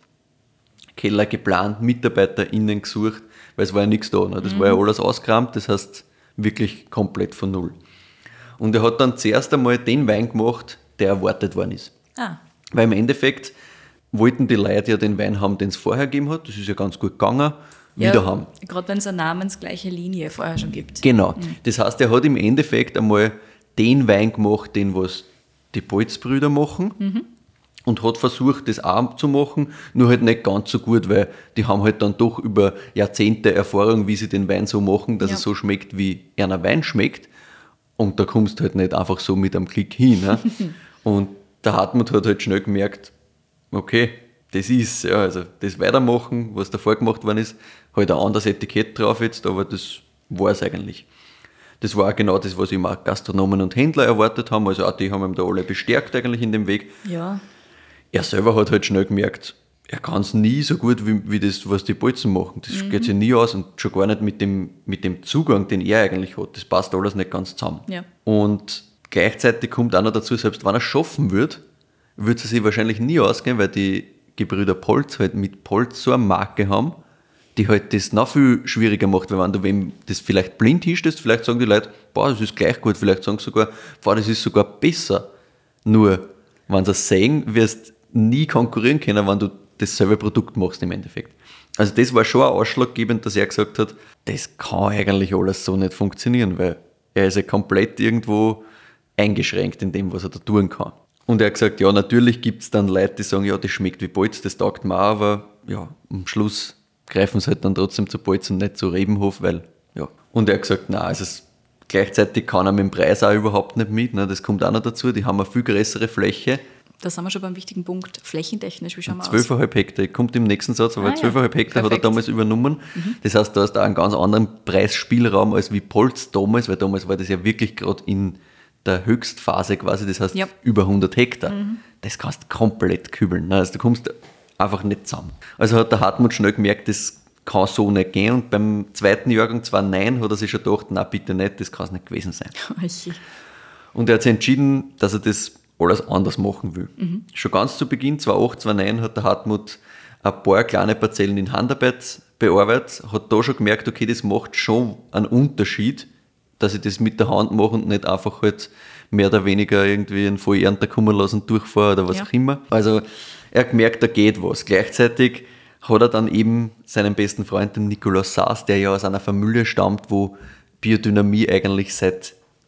Keller geplant, MitarbeiterInnen gesucht, weil es war ja nichts da. Ne? Das war ja alles ausgerammt, das heißt wirklich komplett von null. Und er hat dann zuerst einmal den Wein gemacht, der erwartet worden ist. Ah, Weil im Endeffekt wollten die Leute ja den Wein haben, den es vorher gegeben hat, das ist ja ganz gut gegangen, wieder haben. Gerade wenn es eine namensgleiche Linie vorher schon gibt. Genau. Das heißt, er hat im Endeffekt einmal den Wein gemacht, den was die Polzbrüder machen, und hat versucht, das auch zu machen, nur halt nicht ganz so gut, weil die haben halt dann doch über Jahrzehnte Erfahrung, wie sie den Wein so machen, dass Ja. er so schmeckt, wie einer Wein schmeckt. Und da kommst du halt nicht einfach so mit einem Klick hin. Ne? Und der Hartmut hat halt schnell gemerkt, okay, das ist, ja, also das Weitermachen, was davor gemacht worden ist, halt ein anderes Etikett drauf jetzt, aber das war es eigentlich. Das war auch genau das, was immer Gastronomen und Händler erwartet haben, also auch die haben ihm da alle bestärkt eigentlich in dem Weg. Ja. Er selber hat halt schnell gemerkt, er kann es nie so gut wie das, was die Bolzen machen. Das geht sich nie aus, und schon gar nicht mit dem Zugang, den er eigentlich hat. Das passt alles nicht ganz zusammen. Ja. Und gleichzeitig kommt auch noch dazu, selbst wenn er es schaffen würde es sich wahrscheinlich nie ausgehen, weil die Gebrüder Polz halt mit Polz so eine Marke haben, die halt das noch viel schwieriger macht, weil wenn du wem das vielleicht blind hinstellst, vielleicht sagen die Leute, boah, das ist gleich gut, vielleicht sagen sie sogar, boah, das ist sogar besser. Nur, wenn sie es sehen, wirst du nie konkurrieren können, wenn du dasselbe Produkt machst im Endeffekt. Also das war schon ausschlaggebend, dass er gesagt hat, das kann eigentlich alles so nicht funktionieren, weil er ist ja komplett irgendwo eingeschränkt in dem, was er da tun kann. Und er hat gesagt, ja, natürlich gibt es dann Leute, die sagen, ja, das schmeckt wie Bolz, das taugt mir auch, aber ja, am Schluss greifen sie halt dann trotzdem zu Bolz und nicht zu Rebenhof, weil, ja. Und er hat gesagt, nein, also gleichzeitig kann er mit dem Preis auch überhaupt nicht mit, ne, das kommt auch noch dazu, die haben eine viel größere Fläche. Da sind wir schon beim wichtigen Punkt. Flächentechnisch, wie schauen wir aus? 12,5 Hektar, kommt im nächsten Satz, aber Ah, 12,5 ja. Hektar hat er Perfekt. damals übernommen. Das heißt, da hast du auch einen ganz anderen Preisspielraum als wie Polz damals, weil damals war das ja wirklich gerade in der Höchstphase quasi, das heißt Ja. über 100 Hektar. Das kannst du komplett kübeln. Ne? Also du kommst einfach nicht zusammen. Also hat der Hartmut schnell gemerkt, das kann so nicht gehen, und beim zweiten Jahrgang 2009 hat er sich schon gedacht, na bitte nicht, das kann es nicht gewesen sein. Oje. Und er hat sich entschieden, dass er das alles anders machen will. Schon ganz zu Beginn, 2008, 2009, hat der Hartmut ein paar kleine Parzellen in Handarbeit bearbeitet, hat da schon gemerkt, okay, das macht schon einen Unterschied, dass ich das mit der Hand mache und nicht einfach halt mehr oder weniger irgendwie einen Vollernter kommen lassen, durchfahren oder was Ja. auch immer. Also er hat gemerkt, da geht was. Gleichzeitig hat er dann eben seinen besten Freund, den Nikolaus Saas, der ja aus einer Familie stammt, wo Biodynamie eigentlich seit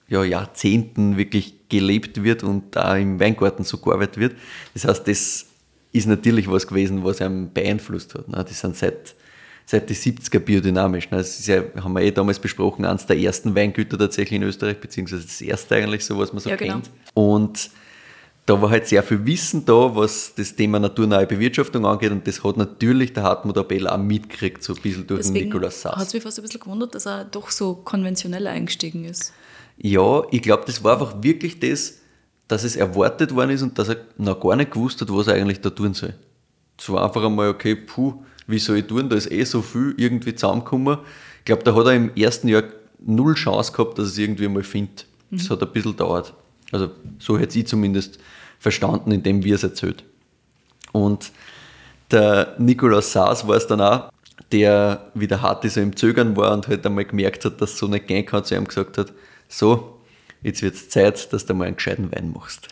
Jahrzehnten wirklich gelebt wird und da im Weingarten so gearbeitet wird. Das heißt, das ist natürlich was gewesen, was einen beeinflusst hat. Ne? Die sind seit die 70er biodynamisch. Ne? Das ist ja, haben wir damals besprochen, eines der ersten Weingüter tatsächlich in Österreich, beziehungsweise das erste eigentlich, so was man so kennt. Und da war halt sehr viel Wissen da, was das Thema naturnahe Bewirtschaftung angeht, und das hat natürlich der Hartmut Abel auch mitgekriegt, so ein bisschen durch den Nikolaus Saas. Hat es mich fast ein bisschen gewundert, dass er doch so konventionell eingestiegen ist. Ja, ich glaube, das war einfach wirklich das, dass es erwartet worden ist und dass er noch gar nicht gewusst hat, was er eigentlich da tun soll. Es war einfach einmal, okay, wie soll ich tun, da ist so viel irgendwie zusammengekommen. Ich glaube, da hat er im ersten Jahr null Chance gehabt, dass er es irgendwie mal findet. Das hat ein bisschen gedauert. Also so hätte ich zumindest verstanden, indem wir es erzählt. Und der Nikolaus Saas war es dann auch, der wieder hart so im Zögern war und halt einmal gemerkt hat, dass es so nicht gehen kann, zu ihm gesagt hat, so, jetzt wird es Zeit, dass du mal einen gescheiten Wein machst.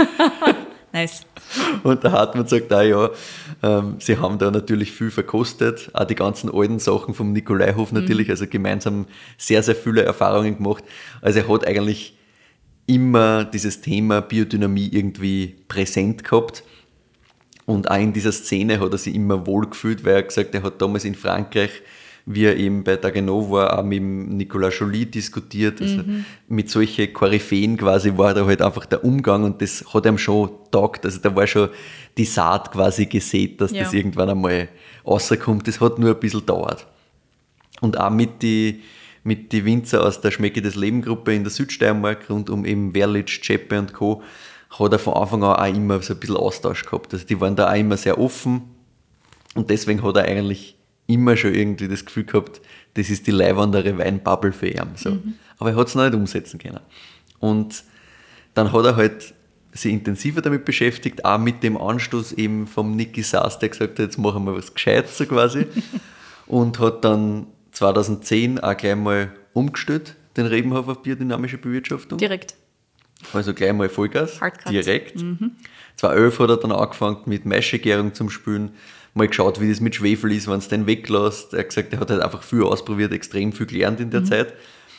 Nice. Und der Hartmut sagt auch, ja, sie haben da natürlich viel verkostet, auch die ganzen alten Sachen vom Nikolaihof natürlich, also gemeinsam sehr, sehr viele Erfahrungen gemacht. Also er hat eigentlich immer dieses Thema Biodynamie irgendwie präsent gehabt. Und auch in dieser Szene hat er sich immer wohlgefühlt, weil er gesagt, er hat damals in Frankreich, wie er eben bei Dagenot war, auch mit dem Nicolas Joly diskutiert. Also mit solchen Koryphäen quasi war da halt einfach der Umgang, und das hat ihm schon getaugt. Also da war schon die Saat quasi gesät, dass das irgendwann einmal rauskommt. Das hat nur ein bisschen gedauert. Und auch mit die Winzer aus der Schmecke des Leben-Gruppe in der Südsteiermark rund um eben Werlitsch, Zschäpe und Co. hat er von Anfang an auch immer so ein bisschen Austausch gehabt. Also die waren da auch immer sehr offen, und deswegen hat er eigentlich immer schon irgendwie das Gefühl gehabt, das ist die leiwandere Weinbubble für ihn. So. Aber er hat es noch nicht umsetzen können. Und dann hat er halt sich intensiver damit beschäftigt, auch mit dem Anstoß eben vom Niki Saas, der gesagt hat, jetzt machen wir was Gescheites so quasi. Und hat dann 2010 auch gleich mal umgestellt, den Rebenhof auf biodynamische Bewirtschaftung. Direkt. Also gleich mal Vollgas, Hardcut. direkt. 2011 hat er dann angefangen mit Maischegärung zum Spülen, mal geschaut, wie das mit Schwefel ist, wenn es den weglässt. Er hat gesagt, er hat halt einfach viel ausprobiert, extrem viel gelernt in der Zeit.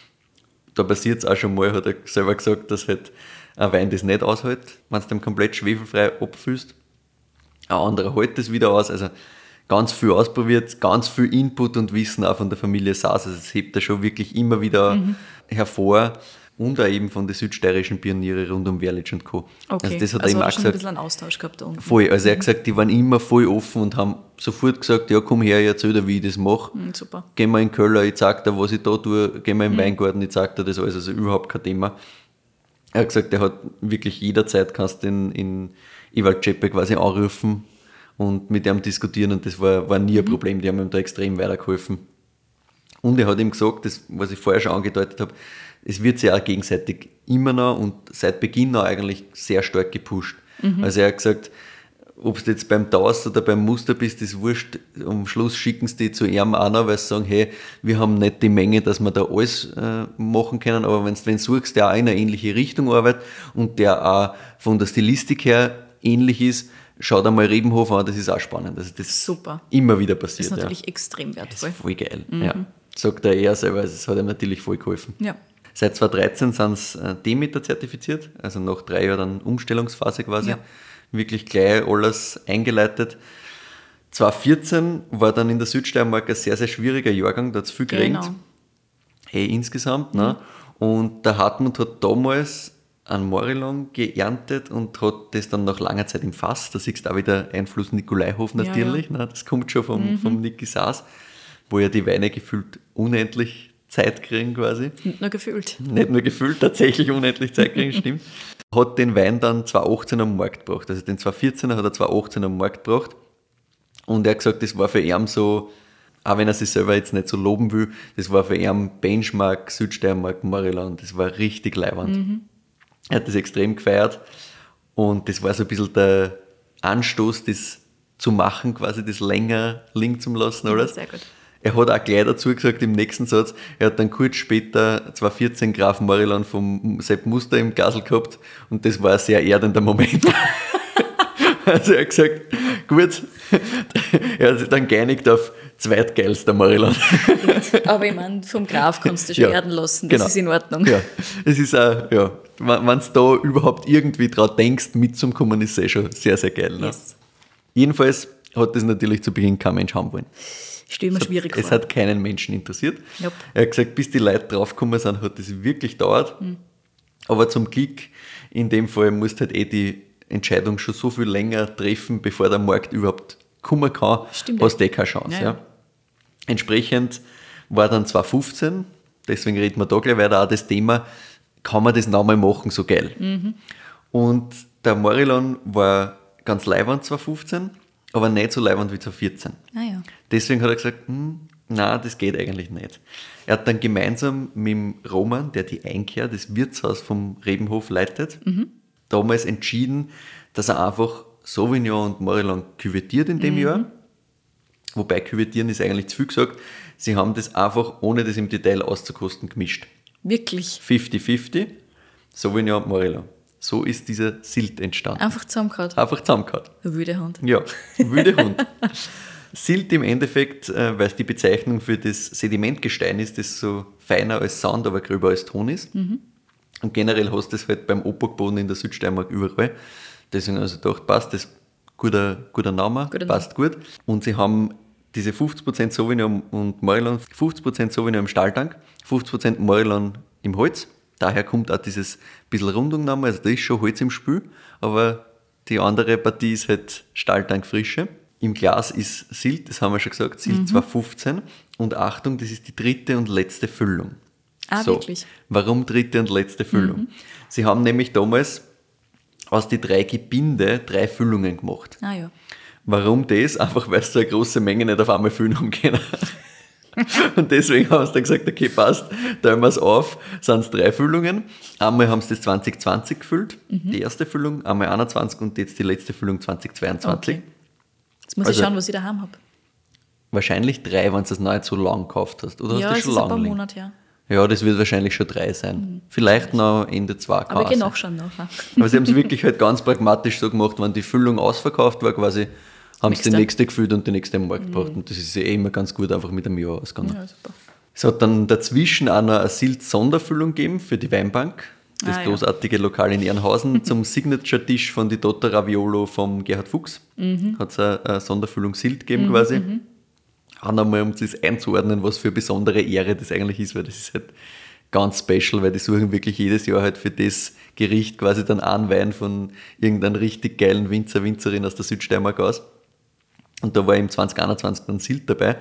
Da passiert es auch schon mal, hat er selber gesagt, dass halt ein Wein das nicht aushält, wenn du den komplett schwefelfrei abfüllst. Ein anderer hält das wieder aus. Also ganz viel ausprobiert, ganz viel Input und Wissen auch von der Familie Saas. Also das hebt er schon wirklich immer wieder hervor. Und auch eben von den südsteirischen Pioniere rund um Werlitsch und Co. Okay, Also das hat also er ihm auch schon ein gesagt. bisschen einen Austausch gehabt da unten. Voll, also er hat gesagt, die waren immer voll offen und haben sofort gesagt, ja komm her, ich erzähl dir, wie ich das mache. Super. Gehen wir in den Keller, ich zeig dir, was ich da tue, gehen wir in den Weingarten, ich zeig dir das alles, also überhaupt kein Thema. Er hat gesagt, er hat wirklich jederzeit, kannst du in Ewald Zschäpe quasi anrufen und mit ihm diskutieren, und das war nie ein Problem, die haben ihm da extrem weitergeholfen. Und er hat ihm gesagt, das, was ich vorher schon angedeutet habe, es wird sich auch gegenseitig immer noch und seit Beginn noch eigentlich sehr stark gepusht. Also er hat gesagt, ob du jetzt beim Taus oder beim Muster bist, ist wurscht. Am Schluss schicken sie die zu ihm auch noch, weil sie sagen, hey, wir haben nicht die Menge, dass wir da alles machen können, aber wenn du suchst, der auch in eine ähnliche Richtung arbeitet und der auch von der Stilistik her ähnlich ist, schau dir mal Rebenhof an, das ist auch spannend. Also das Super. immer wieder passiert. Das ist natürlich extrem Das wertvoll. ist voll geil. Ja. Sagt er eher selber, also es hat ihm natürlich voll geholfen. Ja. Seit 2013 sind sie Demeter zertifiziert, also nach 3 Jahren dann Umstellungsphase quasi. Ja. Wirklich gleich alles eingeleitet. 2014 war dann in der Südsteiermark ein sehr, sehr schwieriger Jahrgang, da hat es viel geregnet. Genau. Insgesamt. Ne? Und der Hartmut hat damals einen Morillon geerntet und hat das dann nach langer Zeit im Fass, da siehst du auch wieder Einfluss Nikolaihof natürlich, Ja. Ne? Das kommt schon vom Niki Saas, wo ja die Weine gefühlt unendlich Zeit kriegen quasi. Nicht nur gefühlt. Nicht nur gefühlt, tatsächlich unendlich Zeit kriegen, stimmt. Hat den Wein dann 2018 am Markt gebracht. Also den 2014er hat er 2018 am Markt gebracht. Und er hat gesagt, das war für ihn so, auch wenn er sich selber jetzt nicht so loben will, das war für ihn Benchmark, Südsteiermark, Morillon. Das war richtig leiwand. Er hat das extrem gefeiert. Und das war so ein bisschen der Anstoß, das zu machen, quasi das länger liegen zu lassen. Alles. Sehr gut. Er hat auch gleich dazu gesagt im nächsten Satz, er hat dann kurz später 2014 Graf Morillon vom Sepp Muster im Glasl gehabt, und das war ein sehr erdender Moment. Also er hat gesagt, gut, er hat sich dann geeinigt auf zweitgeilster Marilon. Aber ich meine, vom Graf kannst du schon erden lassen, das ist in Ordnung. Ja, es ist auch, ja, wenn du da überhaupt irgendwie dran denkst, mitzukommen, ist es schon sehr, sehr geil. Ne? Yes. Jedenfalls hat das natürlich zu Beginn kein Mensch haben wollen. Stell mir schwierig Es vor. hat keinen Menschen interessiert. Yep. Er hat gesagt, bis die Leute draufgekommen sind, hat das wirklich gedauert. Aber zum Glück, in dem Fall musst du halt die Entscheidung schon so viel länger treffen, bevor der Markt überhaupt kommen kann, Stimmt, hast du keine Chance. Ja. Ja. Entsprechend war dann 2015, deswegen reden wir da gleich weiter, auch das Thema, kann man das nochmal machen, so geil. Und der Marilon war ganz leiwand 2015, aber nicht so leiwand wie 2014. Ah ja. Deswegen hat er gesagt, nein, das geht eigentlich nicht. Er hat dann gemeinsam mit dem Roman, der die Einkehr, das Wirtshaus vom Rebenhof leitet, damals entschieden, dass er einfach Sauvignon und Marilon küvettiert in dem Jahr. Wobei küvettieren ist eigentlich zu viel gesagt. Sie haben das einfach, ohne das im Detail auszukosten, gemischt. Wirklich. 50-50, Sauvignon und Marilon. So ist dieser Silt entstanden. Einfach zusammengehauen. Einfach zusammengehauen. Eine wilde Hand. Ja, wilde Hund. Silt im Endeffekt, weil es die Bezeichnung für das Sedimentgestein ist, das so feiner als Sand, aber gröber als Ton ist. Und generell hast du das halt beim Oberboden in der Südsteiermark überall. Deswegen also gedacht, passt, das guter Name, passt gut. Und sie haben diese 50% Sauvignon und Marilon, 50% Sauvignon im Stahltank, 50% Marilon im Holz. Daher kommt auch dieses bisschen Rundung Name, also da ist schon Holz im Spiel, aber die andere Partie ist halt Stahltank Frische. Im Glas ist Silt, das haben wir schon gesagt, Silt 2015. Und Achtung, das ist die dritte und letzte Füllung. Ah, wirklich? Warum dritte und letzte Füllung? Sie haben nämlich damals aus die 3 Gebinde 3 Füllungen gemacht. Ah ja. Warum das? Einfach weil sie so eine große Menge nicht auf einmal füllen haben können. Und deswegen haben sie dann gesagt, okay, passt, teilen wir es auf, sind es 3 Füllungen. Einmal haben sie das 2020 gefüllt, die erste Füllung, einmal 21 und jetzt die letzte Füllung 2022. Okay. Jetzt muss ich schauen, was ich daheim habe. Wahrscheinlich 3, wenn du es noch nicht so lang gekauft hast. Oder Ja, hast du es schon ist ein paar lange? Monate her. Ja, das wird wahrscheinlich schon 3 sein. Vielleicht noch Ende 2. Aber ich gehe nachschauen nachher. Aber sie haben es wirklich halt ganz pragmatisch so gemacht, wenn die Füllung ausverkauft war quasi, haben sie die nächste gefüllt und die nächste am Markt gebracht. Und das ist ja immer ganz gut einfach mit einem Jahr ausgegangen. Ja, super. Es hat dann dazwischen auch noch eine Silt-Sonderfüllung gegeben für die Weinbank. Das großartige Lokal in Ehrenhausen zum Signature-Tisch von die Dotta Raviolo vom Gerhard Fuchs. Hat es eine Sonderfüllung Silt gegeben quasi. Auch nochmal, um das einzuordnen, was für eine besondere Ehre das eigentlich ist, weil das ist halt ganz special, weil die suchen wirklich jedes Jahr halt für das Gericht quasi dann einen Wein von irgendeinem richtig geilen Winzer, Winzerin aus der Südsteiermark aus. Und da war im 2021 dann Silt dabei.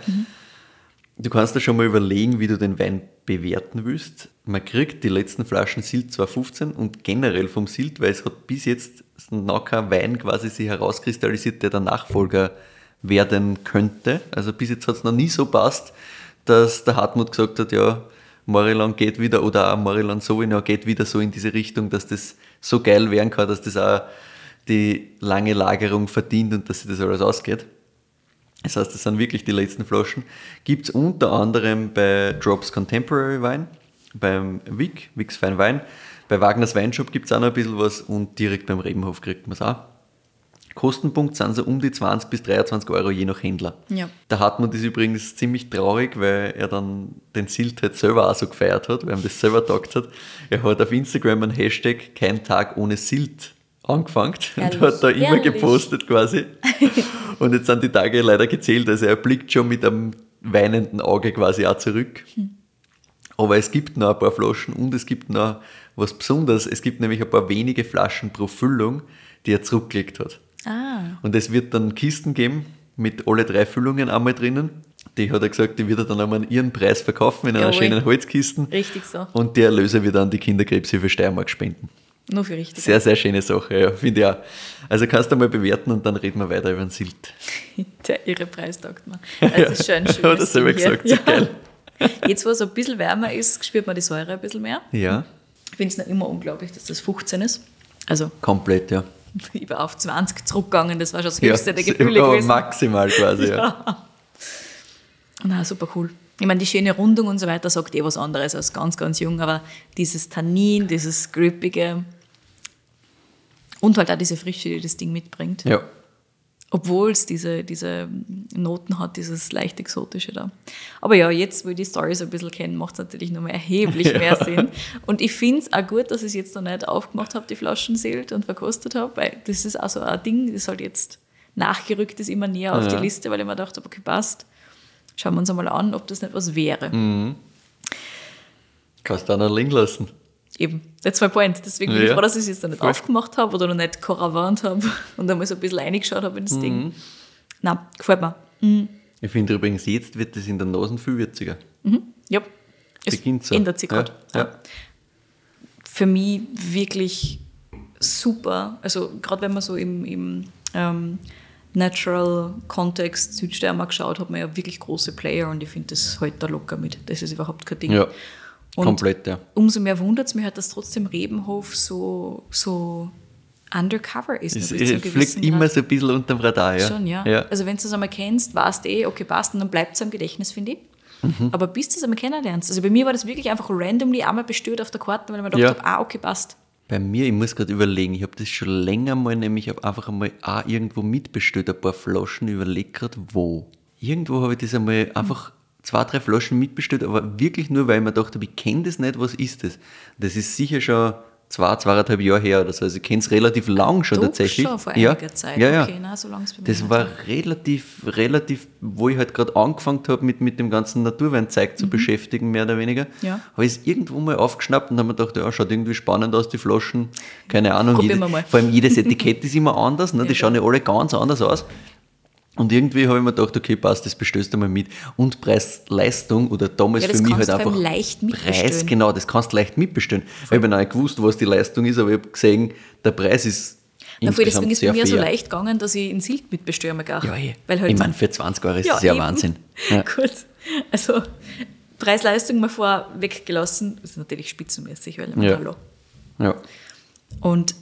Du kannst dir schon mal überlegen, wie du den Wein bewerten willst. Man kriegt die letzten Flaschen Silt 2015 und generell vom Silt, weil es hat bis jetzt noch kein Wein quasi sich herauskristallisiert, der Nachfolger werden könnte. Also bis jetzt hat es noch nie so passt, dass der Hartmut gesagt hat, ja, Marilon geht wieder oder auch Marilon Sauvignon geht wieder so in diese Richtung, dass das so geil werden kann, dass das auch die lange Lagerung verdient und dass sich das alles ausgeht. Das heißt, das sind wirklich die letzten Flaschen. Gibt es unter anderem bei Drops Contemporary Wein, beim Wicks Fein Wein, bei Wagners Weinshop gibt es auch noch ein bisschen was und direkt beim Rebenhof kriegt man es auch. Kostenpunkt sind so um die 20 bis 23 Euro je nach Händler. Ja. Der Hartmut ist übrigens ziemlich traurig, weil er dann den Silt halt selber auch so gefeiert hat, weil ihm das selber taugt hat. Er hat auf Instagram einen Hashtag kein Tag ohne Silt angefangen und hat da immer gepostet quasi. Und jetzt sind die Tage leider gezählt, also er blickt schon mit einem weinenden Auge quasi auch zurück. Aber es gibt noch ein paar Flaschen und es gibt noch was Besonderes. Es gibt nämlich ein paar wenige Flaschen pro Füllung, die er zurückgelegt hat. Ah. Und es wird dann Kisten geben mit alle 3 Füllungen einmal drinnen. Die hat er gesagt, die wird er dann einmal an ihren Preis verkaufen in einer schönen Holzkisten. Richtig so. Und die Erlöse wird dann die Kinderkrebshilfe Steiermark spenden. Nur für richtig. Sehr, sehr schöne Sache, ja, finde ich auch. Also kannst du mal bewerten und dann reden wir weiter über den Silt. Der ihre Preis taugt mir. Das ist schon ein schönes Hat er selber gesagt, so geil. Jetzt, wo es ein bisschen wärmer ist, spürt man die Säure ein bisschen mehr. Ja. Ich finde es noch immer unglaublich, dass das 15 ist. Also komplett, ja. ich war auf 20 zurückgegangen, das war schon das höchste der Gefühle gewesen. Maximal quasi, ja. Na, super cool. Ich meine, die schöne Rundung und so weiter sagt was anderes als ganz, ganz jung, aber dieses Tannin, dieses Grippige und halt auch diese Frische, die das Ding mitbringt. Ja. Obwohl es diese Noten hat, dieses leicht Exotische da. Aber ja, jetzt, wo ich die Story so ein bisschen kenne, macht es natürlich noch mal erheblich mehr Sinn. Und ich finde es auch gut, dass ich es jetzt noch nicht aufgemacht habe, die Flaschen sealt und verkostet habe, weil das ist auch so ein Ding, das halt jetzt nachgerückt ist, immer näher auf die Liste, weil ich mir gedacht habe, okay, passt, schauen wir uns einmal an, ob das nicht was wäre. Kannst du auch noch liegen lassen. Eben, that's my point. Deswegen bin ich froh, dass ich es jetzt noch nicht aufgemacht habe oder noch nicht karavannt habe und einmal so ein bisschen reingeschaut habe in das Ding. Nein, gefällt mir. Ich finde übrigens, jetzt wird das in der Nase viel würziger. Ja, es Beginnt so. ändert sich gerade. Ja. Für mich wirklich super. Also gerade wenn man so im Natural-Kontext Südsteiermark geschaut, hat man ja wirklich große Player und ich finde, das halt da locker mit. Das ist überhaupt kein Ding. Ja, Und komplett, ja. umso mehr wundert es mich halt, dass trotzdem Rebenhof so undercover ist. Es bis zu einem fliegt gewissen immer Grad. so ein bisschen unter dem Radar, ja. Schon, ja. Also wenn du das einmal kennst, weißt du okay, passt, und dann bleibt es am Gedächtnis, finde ich. Aber bis du es einmal kennenlernst, also bei mir war das wirklich einfach randomly einmal bestellt auf der Karte, weil ich mir gedacht habe, okay, passt. Bei mir, ich muss gerade überlegen, ich habe das schon länger mal, nämlich ich habe einfach einmal auch irgendwo mitbestellt, ein paar Flaschen, überlege gerade wo. Irgendwo habe ich das einmal einfach 2, 3 Flaschen mitbestellt, aber wirklich nur, weil ich mir gedacht habe, ich kenne das nicht, was ist das? Das ist sicher schon 2,5 Jahre her oder so, also ich kenne es relativ lang schon Doch, tatsächlich. schon vor einiger Zeit. Ja. Okay, nein, so lange ist es bei mir Das nicht war so. relativ, wo ich halt gerade angefangen habe, mit dem ganzen Naturweinzeug zu beschäftigen, mehr oder weniger, Ja. habe ich es irgendwo mal aufgeschnappt und habe mir gedacht, ja, schaut irgendwie spannend aus, die Flaschen, keine Ahnung. Probieren wir mal. Vor allem jedes Etikett ist immer anders, ne? Die schauen ja alle ganz anders aus. Und irgendwie habe ich mir gedacht, okay, passt, das bestellst du mal mit. Und Preis-Leistung oder damals Ja, das für mich kannst halt du vor einfach allem leicht mitbestellen. Preis, genau, das kannst du leicht mitbestellen. Ich habe nicht gewusst, was die Leistung ist, aber ich habe gesehen, der Preis ist Na, voll, insgesamt deswegen ist es sehr bei mir so fair. leicht gegangen, dass ich in Silt mitbestelle. Ja, Weil halt ich meine, für 20 Euro ist das ja eben. Wahnsinn. Ja. Gut, also Preis-Leistung mal vorher weggelassen, das ist natürlich spitzenmäßig, weil ich meine, Ja. hallo. Ja. Und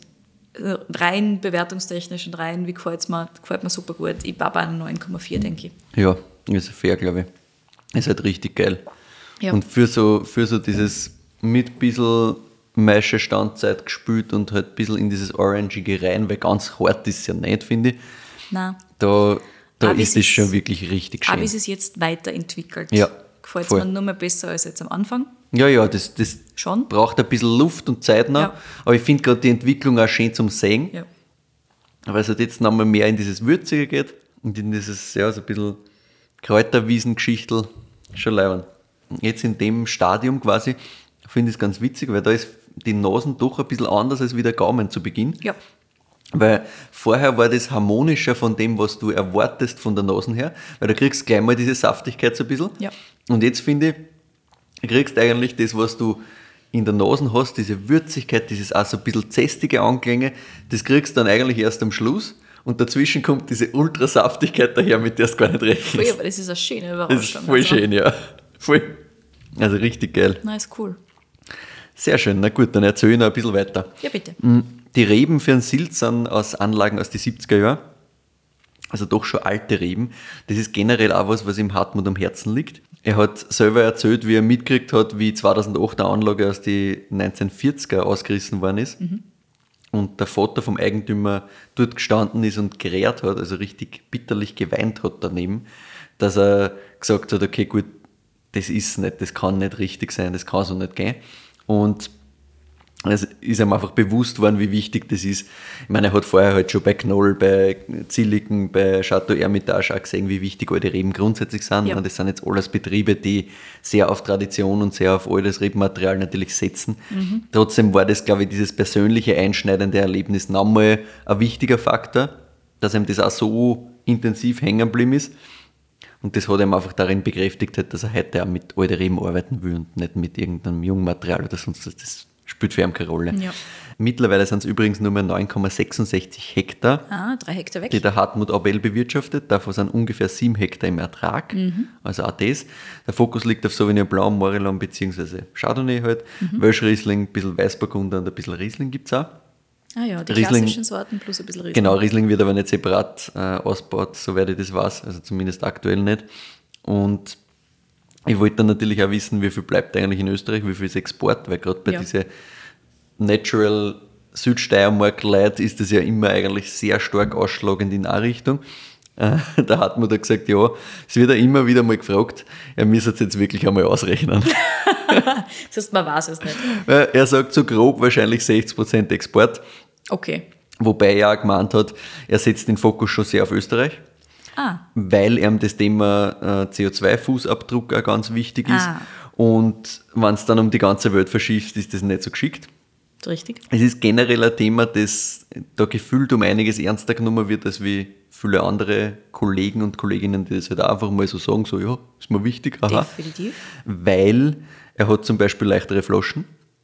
rein bewertungstechnisch und rein, wie gefällt mir super gut. Ich war bei einer 9,4, denke ich. Ja, ist fair, glaube ich. Ist halt richtig geil. Ja. Und für so dieses mit ein bisschen Maische Standzeit gespült und halt ein bisschen in dieses Orangige rein, weil ganz hart ist es ja nicht, finde ich. Nein. Da Aber ist es es ist- schon wirklich richtig Aber schön. es ist jetzt weiterentwickelt. Ja, Gefällt es voll. mir nur mehr besser als jetzt am Anfang. Ja, das Schon. braucht ein bisschen Luft und Zeit noch. Ja. Aber ich finde gerade die Entwicklung auch schön zum Sehen. Ja. Weil es halt jetzt nochmal mehr in dieses Würzige geht und in dieses, ja, so ein bisschen Kräuterwiesengeschichtel, schon leibend. Jetzt in dem Stadium quasi finde ich es ganz witzig, weil da ist die Nasen doch ein bisschen anders als wie der Gaumen zu Beginn. Ja. Weil vorher war das harmonischer von dem, was du erwartest von der Nase her, weil da kriegst du gleich mal diese Saftigkeit so ein bisschen. Ja. Und jetzt finde ich, kriegst du eigentlich das, was du in der Nase hast, diese Würzigkeit, dieses auch so ein bisschen zästige Anklänge, das kriegst du dann eigentlich erst am Schluss und dazwischen kommt diese Ultrasaftigkeit daher, mit der du gar nicht Voll, rechnest. aber das ist eine schöne Das ist Überraschung. voll also. schön, ja. Voll. Also richtig geil. Na, ist cool. Sehr schön. Na gut, dann erzähle ich noch ein bisschen weiter. Ja, bitte. Die Reben für einen Silt sind aus Anlagen aus den 70er Jahren. Also doch schon alte Reben. Das ist generell auch was ihm Hartmut am Herzen liegt. Er hat selber erzählt, wie er mitgekriegt hat, wie 2008 eine Anlage aus den 1940er ausgerissen worden ist. Und der Vater vom Eigentümer dort gestanden ist und gerät hat, also richtig bitterlich geweint hat daneben, dass er gesagt hat, okay, gut, das ist nicht, das kann nicht richtig sein, das kann so nicht gehen. Und es ist ihm einfach bewusst worden, wie wichtig das ist. Ich meine, er hat vorher halt schon bei Knoll, bei Zilliken, bei Chateau Hermitage auch gesehen, wie wichtig alte Reben grundsätzlich sind. Ja. Und das sind jetzt alles Betriebe, die sehr auf Tradition und sehr auf altes Rebmaterial natürlich setzen. Trotzdem war das, glaube ich, dieses persönliche einschneidende Erlebnis nochmal ein wichtiger Faktor, dass ihm das auch so intensiv hängen geblieben ist. Und das hat ihm einfach darin bekräftigt, dass er heute auch mit alten Reben arbeiten will und nicht mit irgendeinem Jungmaterial oder sonst was. Das spielt für ihn keine Rolle. Ja. Mittlerweile sind es übrigens nur mehr 9,66 Hektar, 3 Hektar weg. die der Hartmut Abel bewirtschaftet. Davon sind ungefähr 7 Hektar im Ertrag. Also auch das. Der Fokus liegt auf Sauvignon Blanc, Morillon bzw. Chardonnay halt. Welschriesling, ein bisschen Weißburgunder und ein bisschen Riesling gibt es auch. Ah ja, die Riesling- klassischen Sorten plus ein bisschen Riesling. Genau, Riesling wird aber nicht separat ausgebaut, soweit ich das weiß, also zumindest aktuell nicht. Und ich wollte dann natürlich auch wissen, wie viel bleibt eigentlich in Österreich, wie viel ist Export, weil gerade bei Ja. diesen Natural Südsteiermark-Leute ist das ja immer eigentlich sehr stark ausschlagend in eine Richtung. Da hat man da gesagt, ja, es wird ja immer wieder mal gefragt, er müsste es jetzt wirklich einmal ausrechnen. Das heißt, man weiß es nicht. Er sagt so grob wahrscheinlich 60% Export, Okay. wobei er auch gemeint hat, er setzt den Fokus schon sehr auf Österreich, weil ihm das Thema CO2-Fußabdruck auch ganz wichtig ist. Und wenn es dann um die ganze Welt verschießt, ist das nicht so geschickt. Richtig. Es ist generell ein Thema, das da gefühlt um einiges ernster genommen wird, als wie viele andere Kollegen und Kolleginnen, die das halt auch einfach mal so sagen, so ja, ist mir wichtig, aha. Definitiv. Weil er hat zum Beispiel leichtere Flaschen.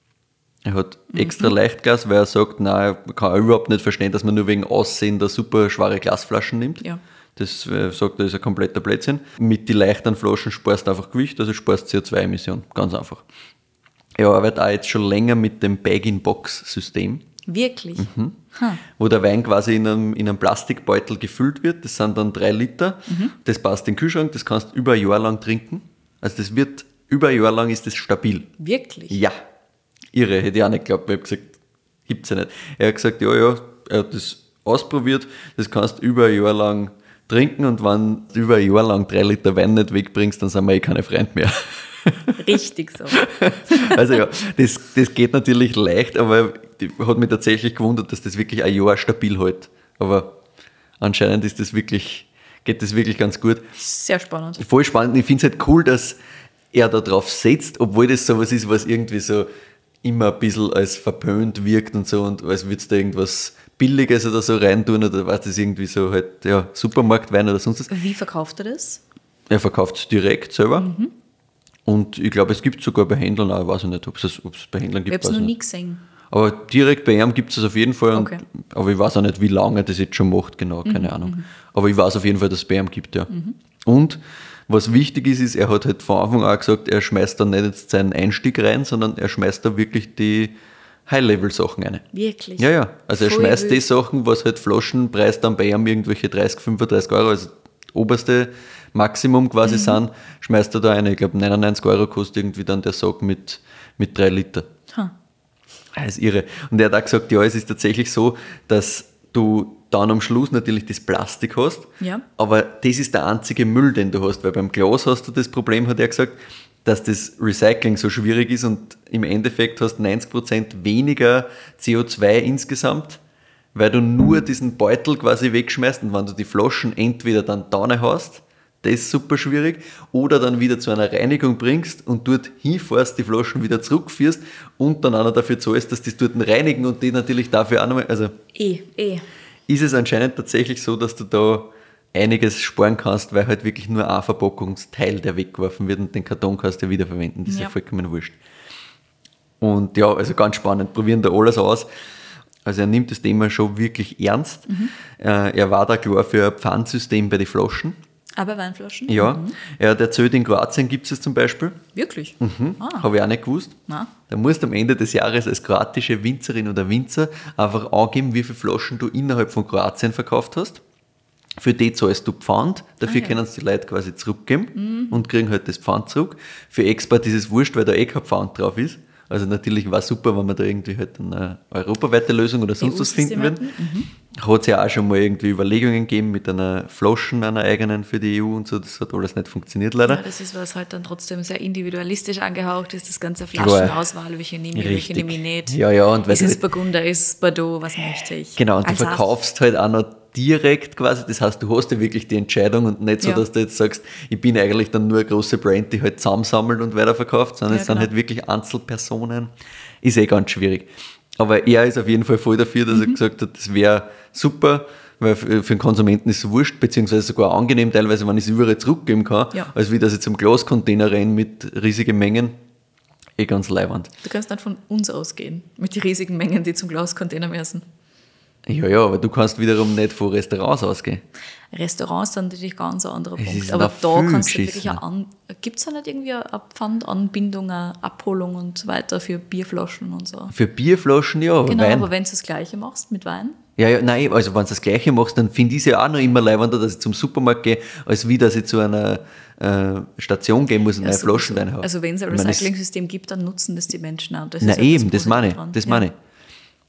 Er hat extra Leichtglas, weil er sagt, nein, er kann auch überhaupt nicht verstehen, dass man nur wegen Aussehen da super schwere Glasflaschen nimmt. Ja. Das sagt er, ist ein kompletter Blödsinn. Mit den leichteren Flaschen sparst du einfach Gewicht, also sparst CO2-Emissionen, ganz einfach. Er arbeitet auch jetzt schon länger mit dem Bag-in-Box-System, Wirklich? wo der Wein quasi in einem Plastikbeutel gefüllt wird. Das sind dann 3 Liter. Das passt in den Kühlschrank, das kannst du über ein Jahr lang trinken. Also das wird, über ein Jahr lang ist das stabil. Wirklich? Ja, irre, hätte ich auch nicht geglaubt, weil ich habe gesagt, gibt's ja nicht. Er hat gesagt, ja, er hat das ausprobiert, das kannst du über ein Jahr lang trinken und wenn du über ein Jahr lang 3 Liter Wein nicht wegbringst, dann sind wir keine Freunde mehr. Richtig so. Also ja, das geht natürlich leicht, aber hat mich tatsächlich gewundert, dass das wirklich ein Jahr stabil hält. Aber anscheinend geht das wirklich ganz gut. Sehr spannend. Voll spannend. Ich finde es halt cool, dass er da drauf setzt, obwohl das sowas ist, was irgendwie so immer ein bisschen als verpönt wirkt und so und als würde es da irgendwas Billiges oder so reintun oder was das irgendwie so halt, ja, Supermarktwein oder sonst was. Wie verkauft er das? Er verkauft es direkt selber. Und ich glaube, es gibt es sogar bei Händlern auch, ich weiß nicht, ob es bei Händlern gibt. Ich habe es noch nie gesehen. Aber direkt bei ihm gibt es es auf jeden Fall. Okay. Aber ich weiß auch nicht, wie lange er das jetzt schon macht, genau, keine Ahnung. Aber ich weiß auf jeden Fall, dass es bei ihm gibt, ja. Und was wichtig ist, er hat halt von Anfang an gesagt, er schmeißt da nicht jetzt seinen Einstieg rein, sondern er schmeißt da wirklich die High-Level-Sachen rein. Wirklich? Ja. Also er Voll schmeißt die wild. Sachen, was halt Flaschenpreis dann bei ihm irgendwelche 30, 35 Euro, also oberste Maximum quasi sind, schmeißt er da rein. Ich glaube 99 Euro kostet irgendwie dann der Sack mit 3 Liter. Das ist irre. Und er hat auch gesagt, ja, es ist tatsächlich so, dass du dann am Schluss natürlich das Plastik hast, Ja. aber das ist der einzige Müll, den du hast, weil beim Glas hast du das Problem, hat er gesagt, dass das Recycling so schwierig ist und im Endeffekt hast 90% weniger CO2 insgesamt, weil du nur diesen Beutel quasi wegschmeißt und wenn du die Flaschen entweder dann da hast, das ist super schwierig, oder dann wieder zu einer Reinigung bringst und dort hinfährst, die Flaschen wieder zurückführst und dann auch noch dafür zahlst, dass die es dort reinigen und die natürlich dafür auch nochmal, also ist es anscheinend tatsächlich so, dass du da einiges sparen kannst, weil halt wirklich nur ein Verpackungsteil, der weggeworfen wird und den Karton kannst du ja wiederverwenden, das ist ja vollkommen wurscht. Und ja, also ganz spannend, probieren da alles aus. Also er nimmt das Thema schon wirklich ernst. Er war da klar für ein Pfandsystem bei den Flaschen. Aber Weinflaschen? Ja, er hat erzählt, in Kroatien gibt es es zum Beispiel. Wirklich? Habe ich auch nicht gewusst. Na? Da musst du am Ende des Jahres als kroatische Winzerin oder Winzer einfach angeben, wie viele Flaschen du innerhalb von Kroatien verkauft hast. Für die zahlst du Pfand, dafür können es die Leute quasi zurückgeben und kriegen halt das Pfand zurück. Für Export ist es wurscht, weil da kein Pfand drauf ist. Also natürlich war es super, wenn wir da irgendwie halt eine europaweite Lösung oder sonst was finden würden. Hat es ja auch schon mal irgendwie Überlegungen gegeben mit einer Flaschen, einer eigenen für die EU und so. Das hat alles nicht funktioniert leider. Ja, das ist, was halt dann trotzdem sehr individualistisch angehaucht ist, das ganze Flaschenauswahl, welche nehme ich, welche nehme ich nicht. Ja, und ist es halt, Burgunder, ist es Bordeaux, was möchte ich? genau, und du Also verkaufst halt auch noch direkt quasi, das heißt, du hast ja wirklich die Entscheidung und nicht so, dass du jetzt sagst, ich bin eigentlich dann nur eine große Brand, die halt zusammensammelt und weiterverkauft, sondern es sind halt wirklich Einzelpersonen. Ist ganz schwierig. Aber er ist auf jeden Fall voll dafür, dass er gesagt hat, das wäre super, weil für den Konsumenten ist es wurscht, beziehungsweise sogar angenehm teilweise, wenn ich es überall zurückgeben kann, als wie dass ich zum Glascontainer renne mit riesigen Mengen. Ganz leiwand. Du kannst dann von uns ausgehen, mit den riesigen Mengen, die zum Glascontainer müssen. Ja, aber du kannst wiederum nicht von Restaurants ausgehen. Restaurants sind natürlich ganz ein anderer Es Punkt. ist Aber noch da viel kannst du wirklich geschissener. gibt es da nicht irgendwie eine Pfandanbindung, eine Abholung und so weiter für Bierflaschen und so? Für Bierflaschen ja, aber Genau, Wein. aber wenn du das Gleiche machst mit Wein? Ja, nein, also wenn du das Gleiche machst, dann finde ich es ja auch noch immer leibender, dass ich zum Supermarkt gehe, als wie, dass ich zu einer Station gehen muss und neue Flaschen reinhauen. Also wenn es ein Ich meine, Recycling-System gibt, dann nutzen das die Menschen auch. Das na ist ja eben, das meine ich. dran. Das meine ich.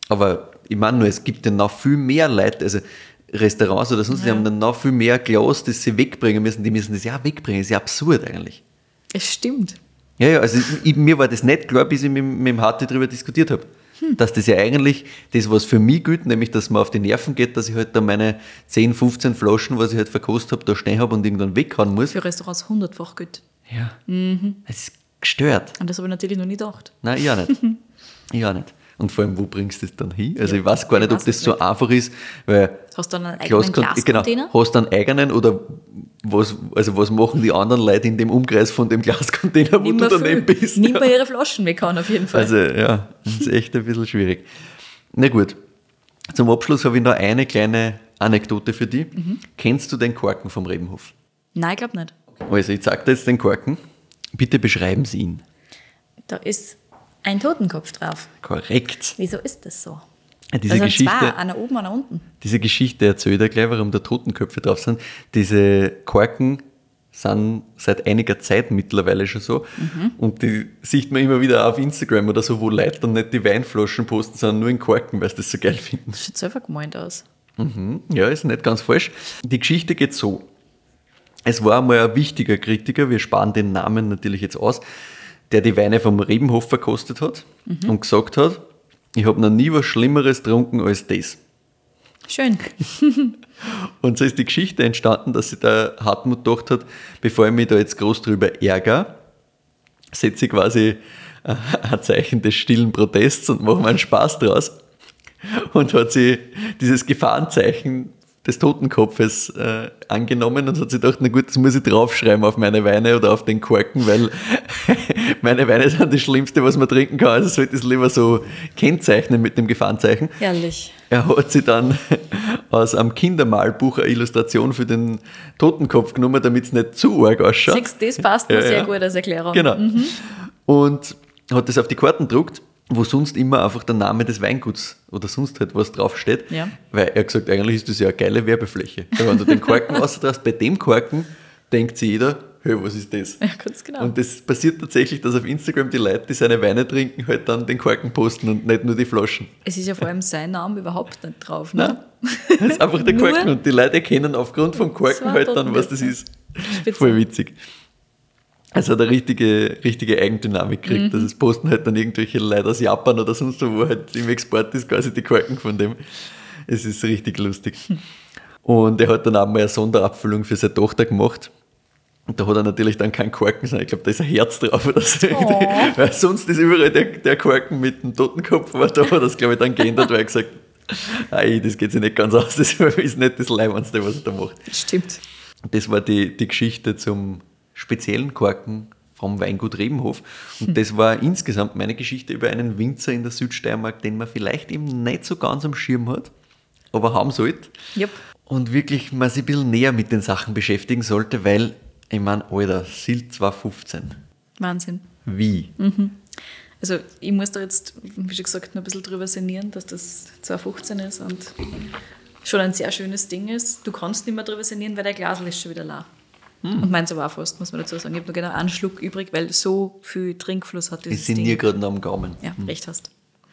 Aber ich meine nur, es gibt ja noch viel mehr Leute, also Restaurants oder sonst, die haben dann noch viel mehr Glas, das sie wegbringen müssen. Die müssen das ja auch wegbringen. Das ist ja absurd eigentlich. Es stimmt. Ja, also mir war das nicht klar, bis ich mit dem Harti darüber diskutiert habe. Dass das ja eigentlich das, was für mich gilt, nämlich, dass man auf die Nerven geht, dass ich halt da meine 10, 15 Flaschen, was ich halt verkostet habe, da stehen habe und irgendwann weghauen muss. Für Restaurants 100-fach gut. Ja, das ist gestört. Und das habe ich natürlich noch nie gedacht. Nein, ich auch nicht. Ich auch nicht. Und vor allem, wo bringst du das dann hin? Also ich weiß gar nicht, ob das so einfach ist, weil Hast du dann einen eigenen Glascontainer? Genau, hast du einen eigenen oder was machen die anderen Leute in dem Umkreis von dem Glascontainer, wo du daneben bist? Nimm mal ihre Flaschen weg auf jeden Fall. Also ja, das ist echt ein bisschen schwierig. Na gut, zum Abschluss habe ich noch eine kleine Anekdote für dich. Kennst du den Korken vom Rebenhof? Nein, ich glaube nicht. Also ich zeige dir jetzt den Korken. Bitte beschreiben Sie ihn. Da ist ein Totenkopf drauf. Korrekt. Wieso ist das so? Diese Geschichte, zwei, einer oben, einer unten. Diese Geschichte erzählt er gleich, warum da Totenköpfe drauf sind. Diese Korken sind seit einiger Zeit mittlerweile schon so. Und die sieht man immer wieder auf Instagram oder so, wo Leute dann nicht die Weinflaschen posten, sondern nur in Korken, weil sie das so geil finden. Das sieht selber gemeint aus. Ja, ist nicht ganz falsch. Die Geschichte geht so. Es war einmal ein wichtiger Kritiker, wir sparen den Namen natürlich jetzt aus, der die Weine vom Rebenhof verkostet hat und gesagt hat, ich habe noch nie was Schlimmeres getrunken als das. Schön. Und so ist die Geschichte entstanden, dass sich der Hartmut gedacht hat, bevor ich mich da jetzt groß drüber ärgere, setze ich quasi ein Zeichen des stillen Protests und mache mir einen Spaß draus. Und hat sie dieses Gefahrenzeichen des Totenkopfes angenommen und hat sich gedacht, na gut, das muss ich draufschreiben auf meine Weine oder auf den Korken, weil meine Weine sind das Schlimmste, was man trinken kann, also sollte ich es lieber so kennzeichnen mit dem Gefahrenzeichen. Herrlich. Er hat sich dann aus einem Kindermalbuch eine Illustration für den Totenkopf genommen, damit es nicht zu arg ausschaut. Siehst, das passt mir sehr gut als Erklärung. Genau. Und hat das auf die Karten gedruckt, wo sonst immer einfach der Name des Weinguts oder sonst halt was draufsteht. Ja. Weil er gesagt, eigentlich ist das ja eine geile Werbefläche. Weil wenn du den Korken ausdrehst, bei dem Korken denkt sich jeder, hey, was ist das? Ja, ganz genau. Und das passiert tatsächlich, dass auf Instagram die Leute, die seine Weine trinken, halt dann den Korken posten und nicht nur die Flaschen. Es ist ja vor allem sein Name überhaupt nicht drauf. Ne? Das ist einfach der Nur- Korken und die Leute erkennen aufgrund vom Korken So halt dann, was das ist. Spitze. Voll witzig. Es hat eine richtige Eigendynamik gekriegt. Also es posten halt dann irgendwelche Leute aus Japan oder sonst wo halt im Export ist quasi die Korken von dem. Es ist richtig lustig. Und er hat dann auch mal eine Sonderabfüllung für seine Tochter gemacht. Und da hat er natürlich dann keinen Korken, sondern ich glaube, da ist ein Herz drauf oder so. Weil sonst ist überall der Korken mit dem Totenkopf, aber da hat er das, glaube ich, dann geändert, weil er gesagt hat, das geht sich nicht ganz aus, das ist nicht das Leibendste, was er da macht. Stimmt. Das war die Geschichte zum speziellen Korken vom Weingut Rebenhof. Und das war insgesamt meine Geschichte über einen Winzer in der Südsteiermark, den man vielleicht eben nicht so ganz am Schirm hat, aber haben sollte. Yep. Und wirklich mal sich ein bisschen näher mit den Sachen beschäftigen sollte, weil, ich meine, Alter, Silt 2015. Wahnsinn. Wie? Also ich muss da jetzt, wie schon gesagt, noch ein bisschen drüber sinnieren, dass das 2015 ist und schon ein sehr schönes Ding ist. Du kannst nicht mehr drüber sinnieren, weil der Glasl ist schon wieder leer. Und meins aber auch fast, muss man dazu sagen. Ich habe nur genau einen Schluck übrig, weil so viel Trinkfluss hat dieses Ich sind Ding. hier gerade noch am Gaumen. Ja, recht hast.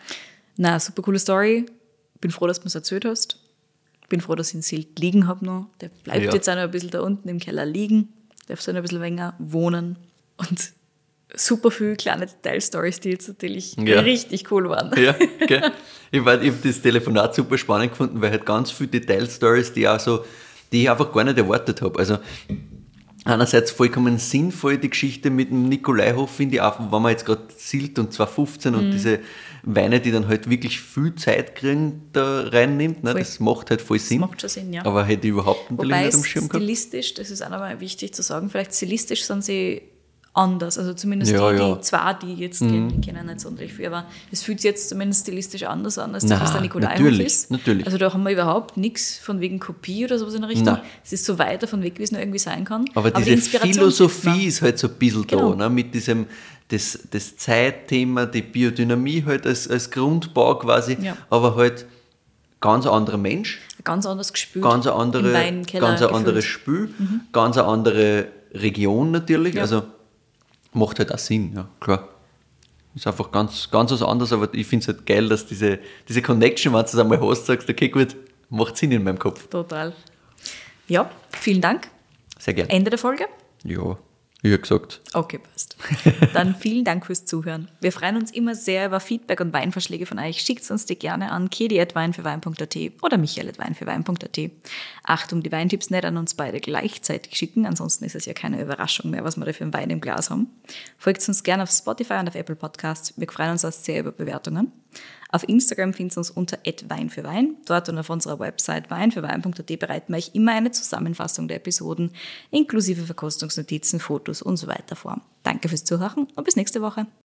Na, super coole Story. Bin froh, dass du mir es erzählt hast. Bin froh, dass ich in Silt liegen habe noch. Der bleibt Ja. jetzt auch noch ein bisschen da unten im Keller liegen. Darf so noch ein bisschen länger wohnen. Und super viele kleine Detail-Stories, die jetzt natürlich Ja. richtig cool waren. Ja, gell? Ich habe das Telefonat super spannend gefunden, weil halt ganz viele Detail-Stories, die ich einfach gar nicht erwartet habe. Also einerseits vollkommen sinnvoll die Geschichte mit dem Nikolaihof, finde ich auch, wenn man jetzt gerade Silt und 2015 und diese Weine, die dann halt wirklich viel Zeit kriegen, da reinnimmt, ne? Voll. Das macht halt voll Sinn. macht schon Sinn, ja. Aber hätte ich überhaupt natürlich Wobei nicht am Schirm gehabt. stilistisch, das ist auch nochmal wichtig zu sagen, vielleicht stilistisch sind sie anders. Also zumindest Ja, die ja. zwei, die ich jetzt kennen nicht sonderlich viel. Aber es fühlt sich jetzt zumindest stilistisch anders an, als das, Na, was der Nikolaihof natürlich, ist. natürlich. Also da haben wir überhaupt nichts von wegen Kopie oder sowas in der Richtung. Nein. Es ist so weit davon weg, wie es nur irgendwie sein kann. Aber die diese Inspiration sieht Philosophie man. ist halt so ein bisschen Genau. da, ne? Mit diesem das Zeitthema, die Biodynamie halt als Grundbau quasi, Ja. aber halt ganz ein anderer Mensch, Ein ganz anderes Gespür. ganz eine im andere, Weinkeller ganz ein anderes gefüllt. Spiel, ganz eine andere Region natürlich, Ja. also macht halt auch Sinn, ja, klar. Ist einfach ganz, ganz was anderes, aber ich finde es halt geil, dass diese Connection, wenn du es einmal hast, sagst, okay, gut, macht Sinn in meinem Kopf. Total. Ja, vielen Dank. Sehr gerne. Ende der Folge. Ja, wie gesagt. Okay, passt. Dann vielen Dank fürs Zuhören. Wir freuen uns immer sehr über Feedback und Weinvorschläge von euch. Schickt uns die gerne an kedi@weinfürwein.at oder michael@weinfürwein.at. Achtung, die Weintipps nicht an uns beide gleichzeitig schicken, ansonsten ist es ja keine Überraschung mehr, was wir da für einen Wein im Glas haben. Folgt uns gerne auf Spotify und auf Apple Podcasts. Wir freuen uns auch sehr über Bewertungen. Auf Instagram findet ihr uns unter @weinfürwein. Dort und auf unserer Website weinfürwein.at bereiten wir euch immer eine Zusammenfassung der Episoden, inklusive Verkostungsnotizen, Fotos und so weiter vor. Danke fürs Zuhören und bis nächste Woche.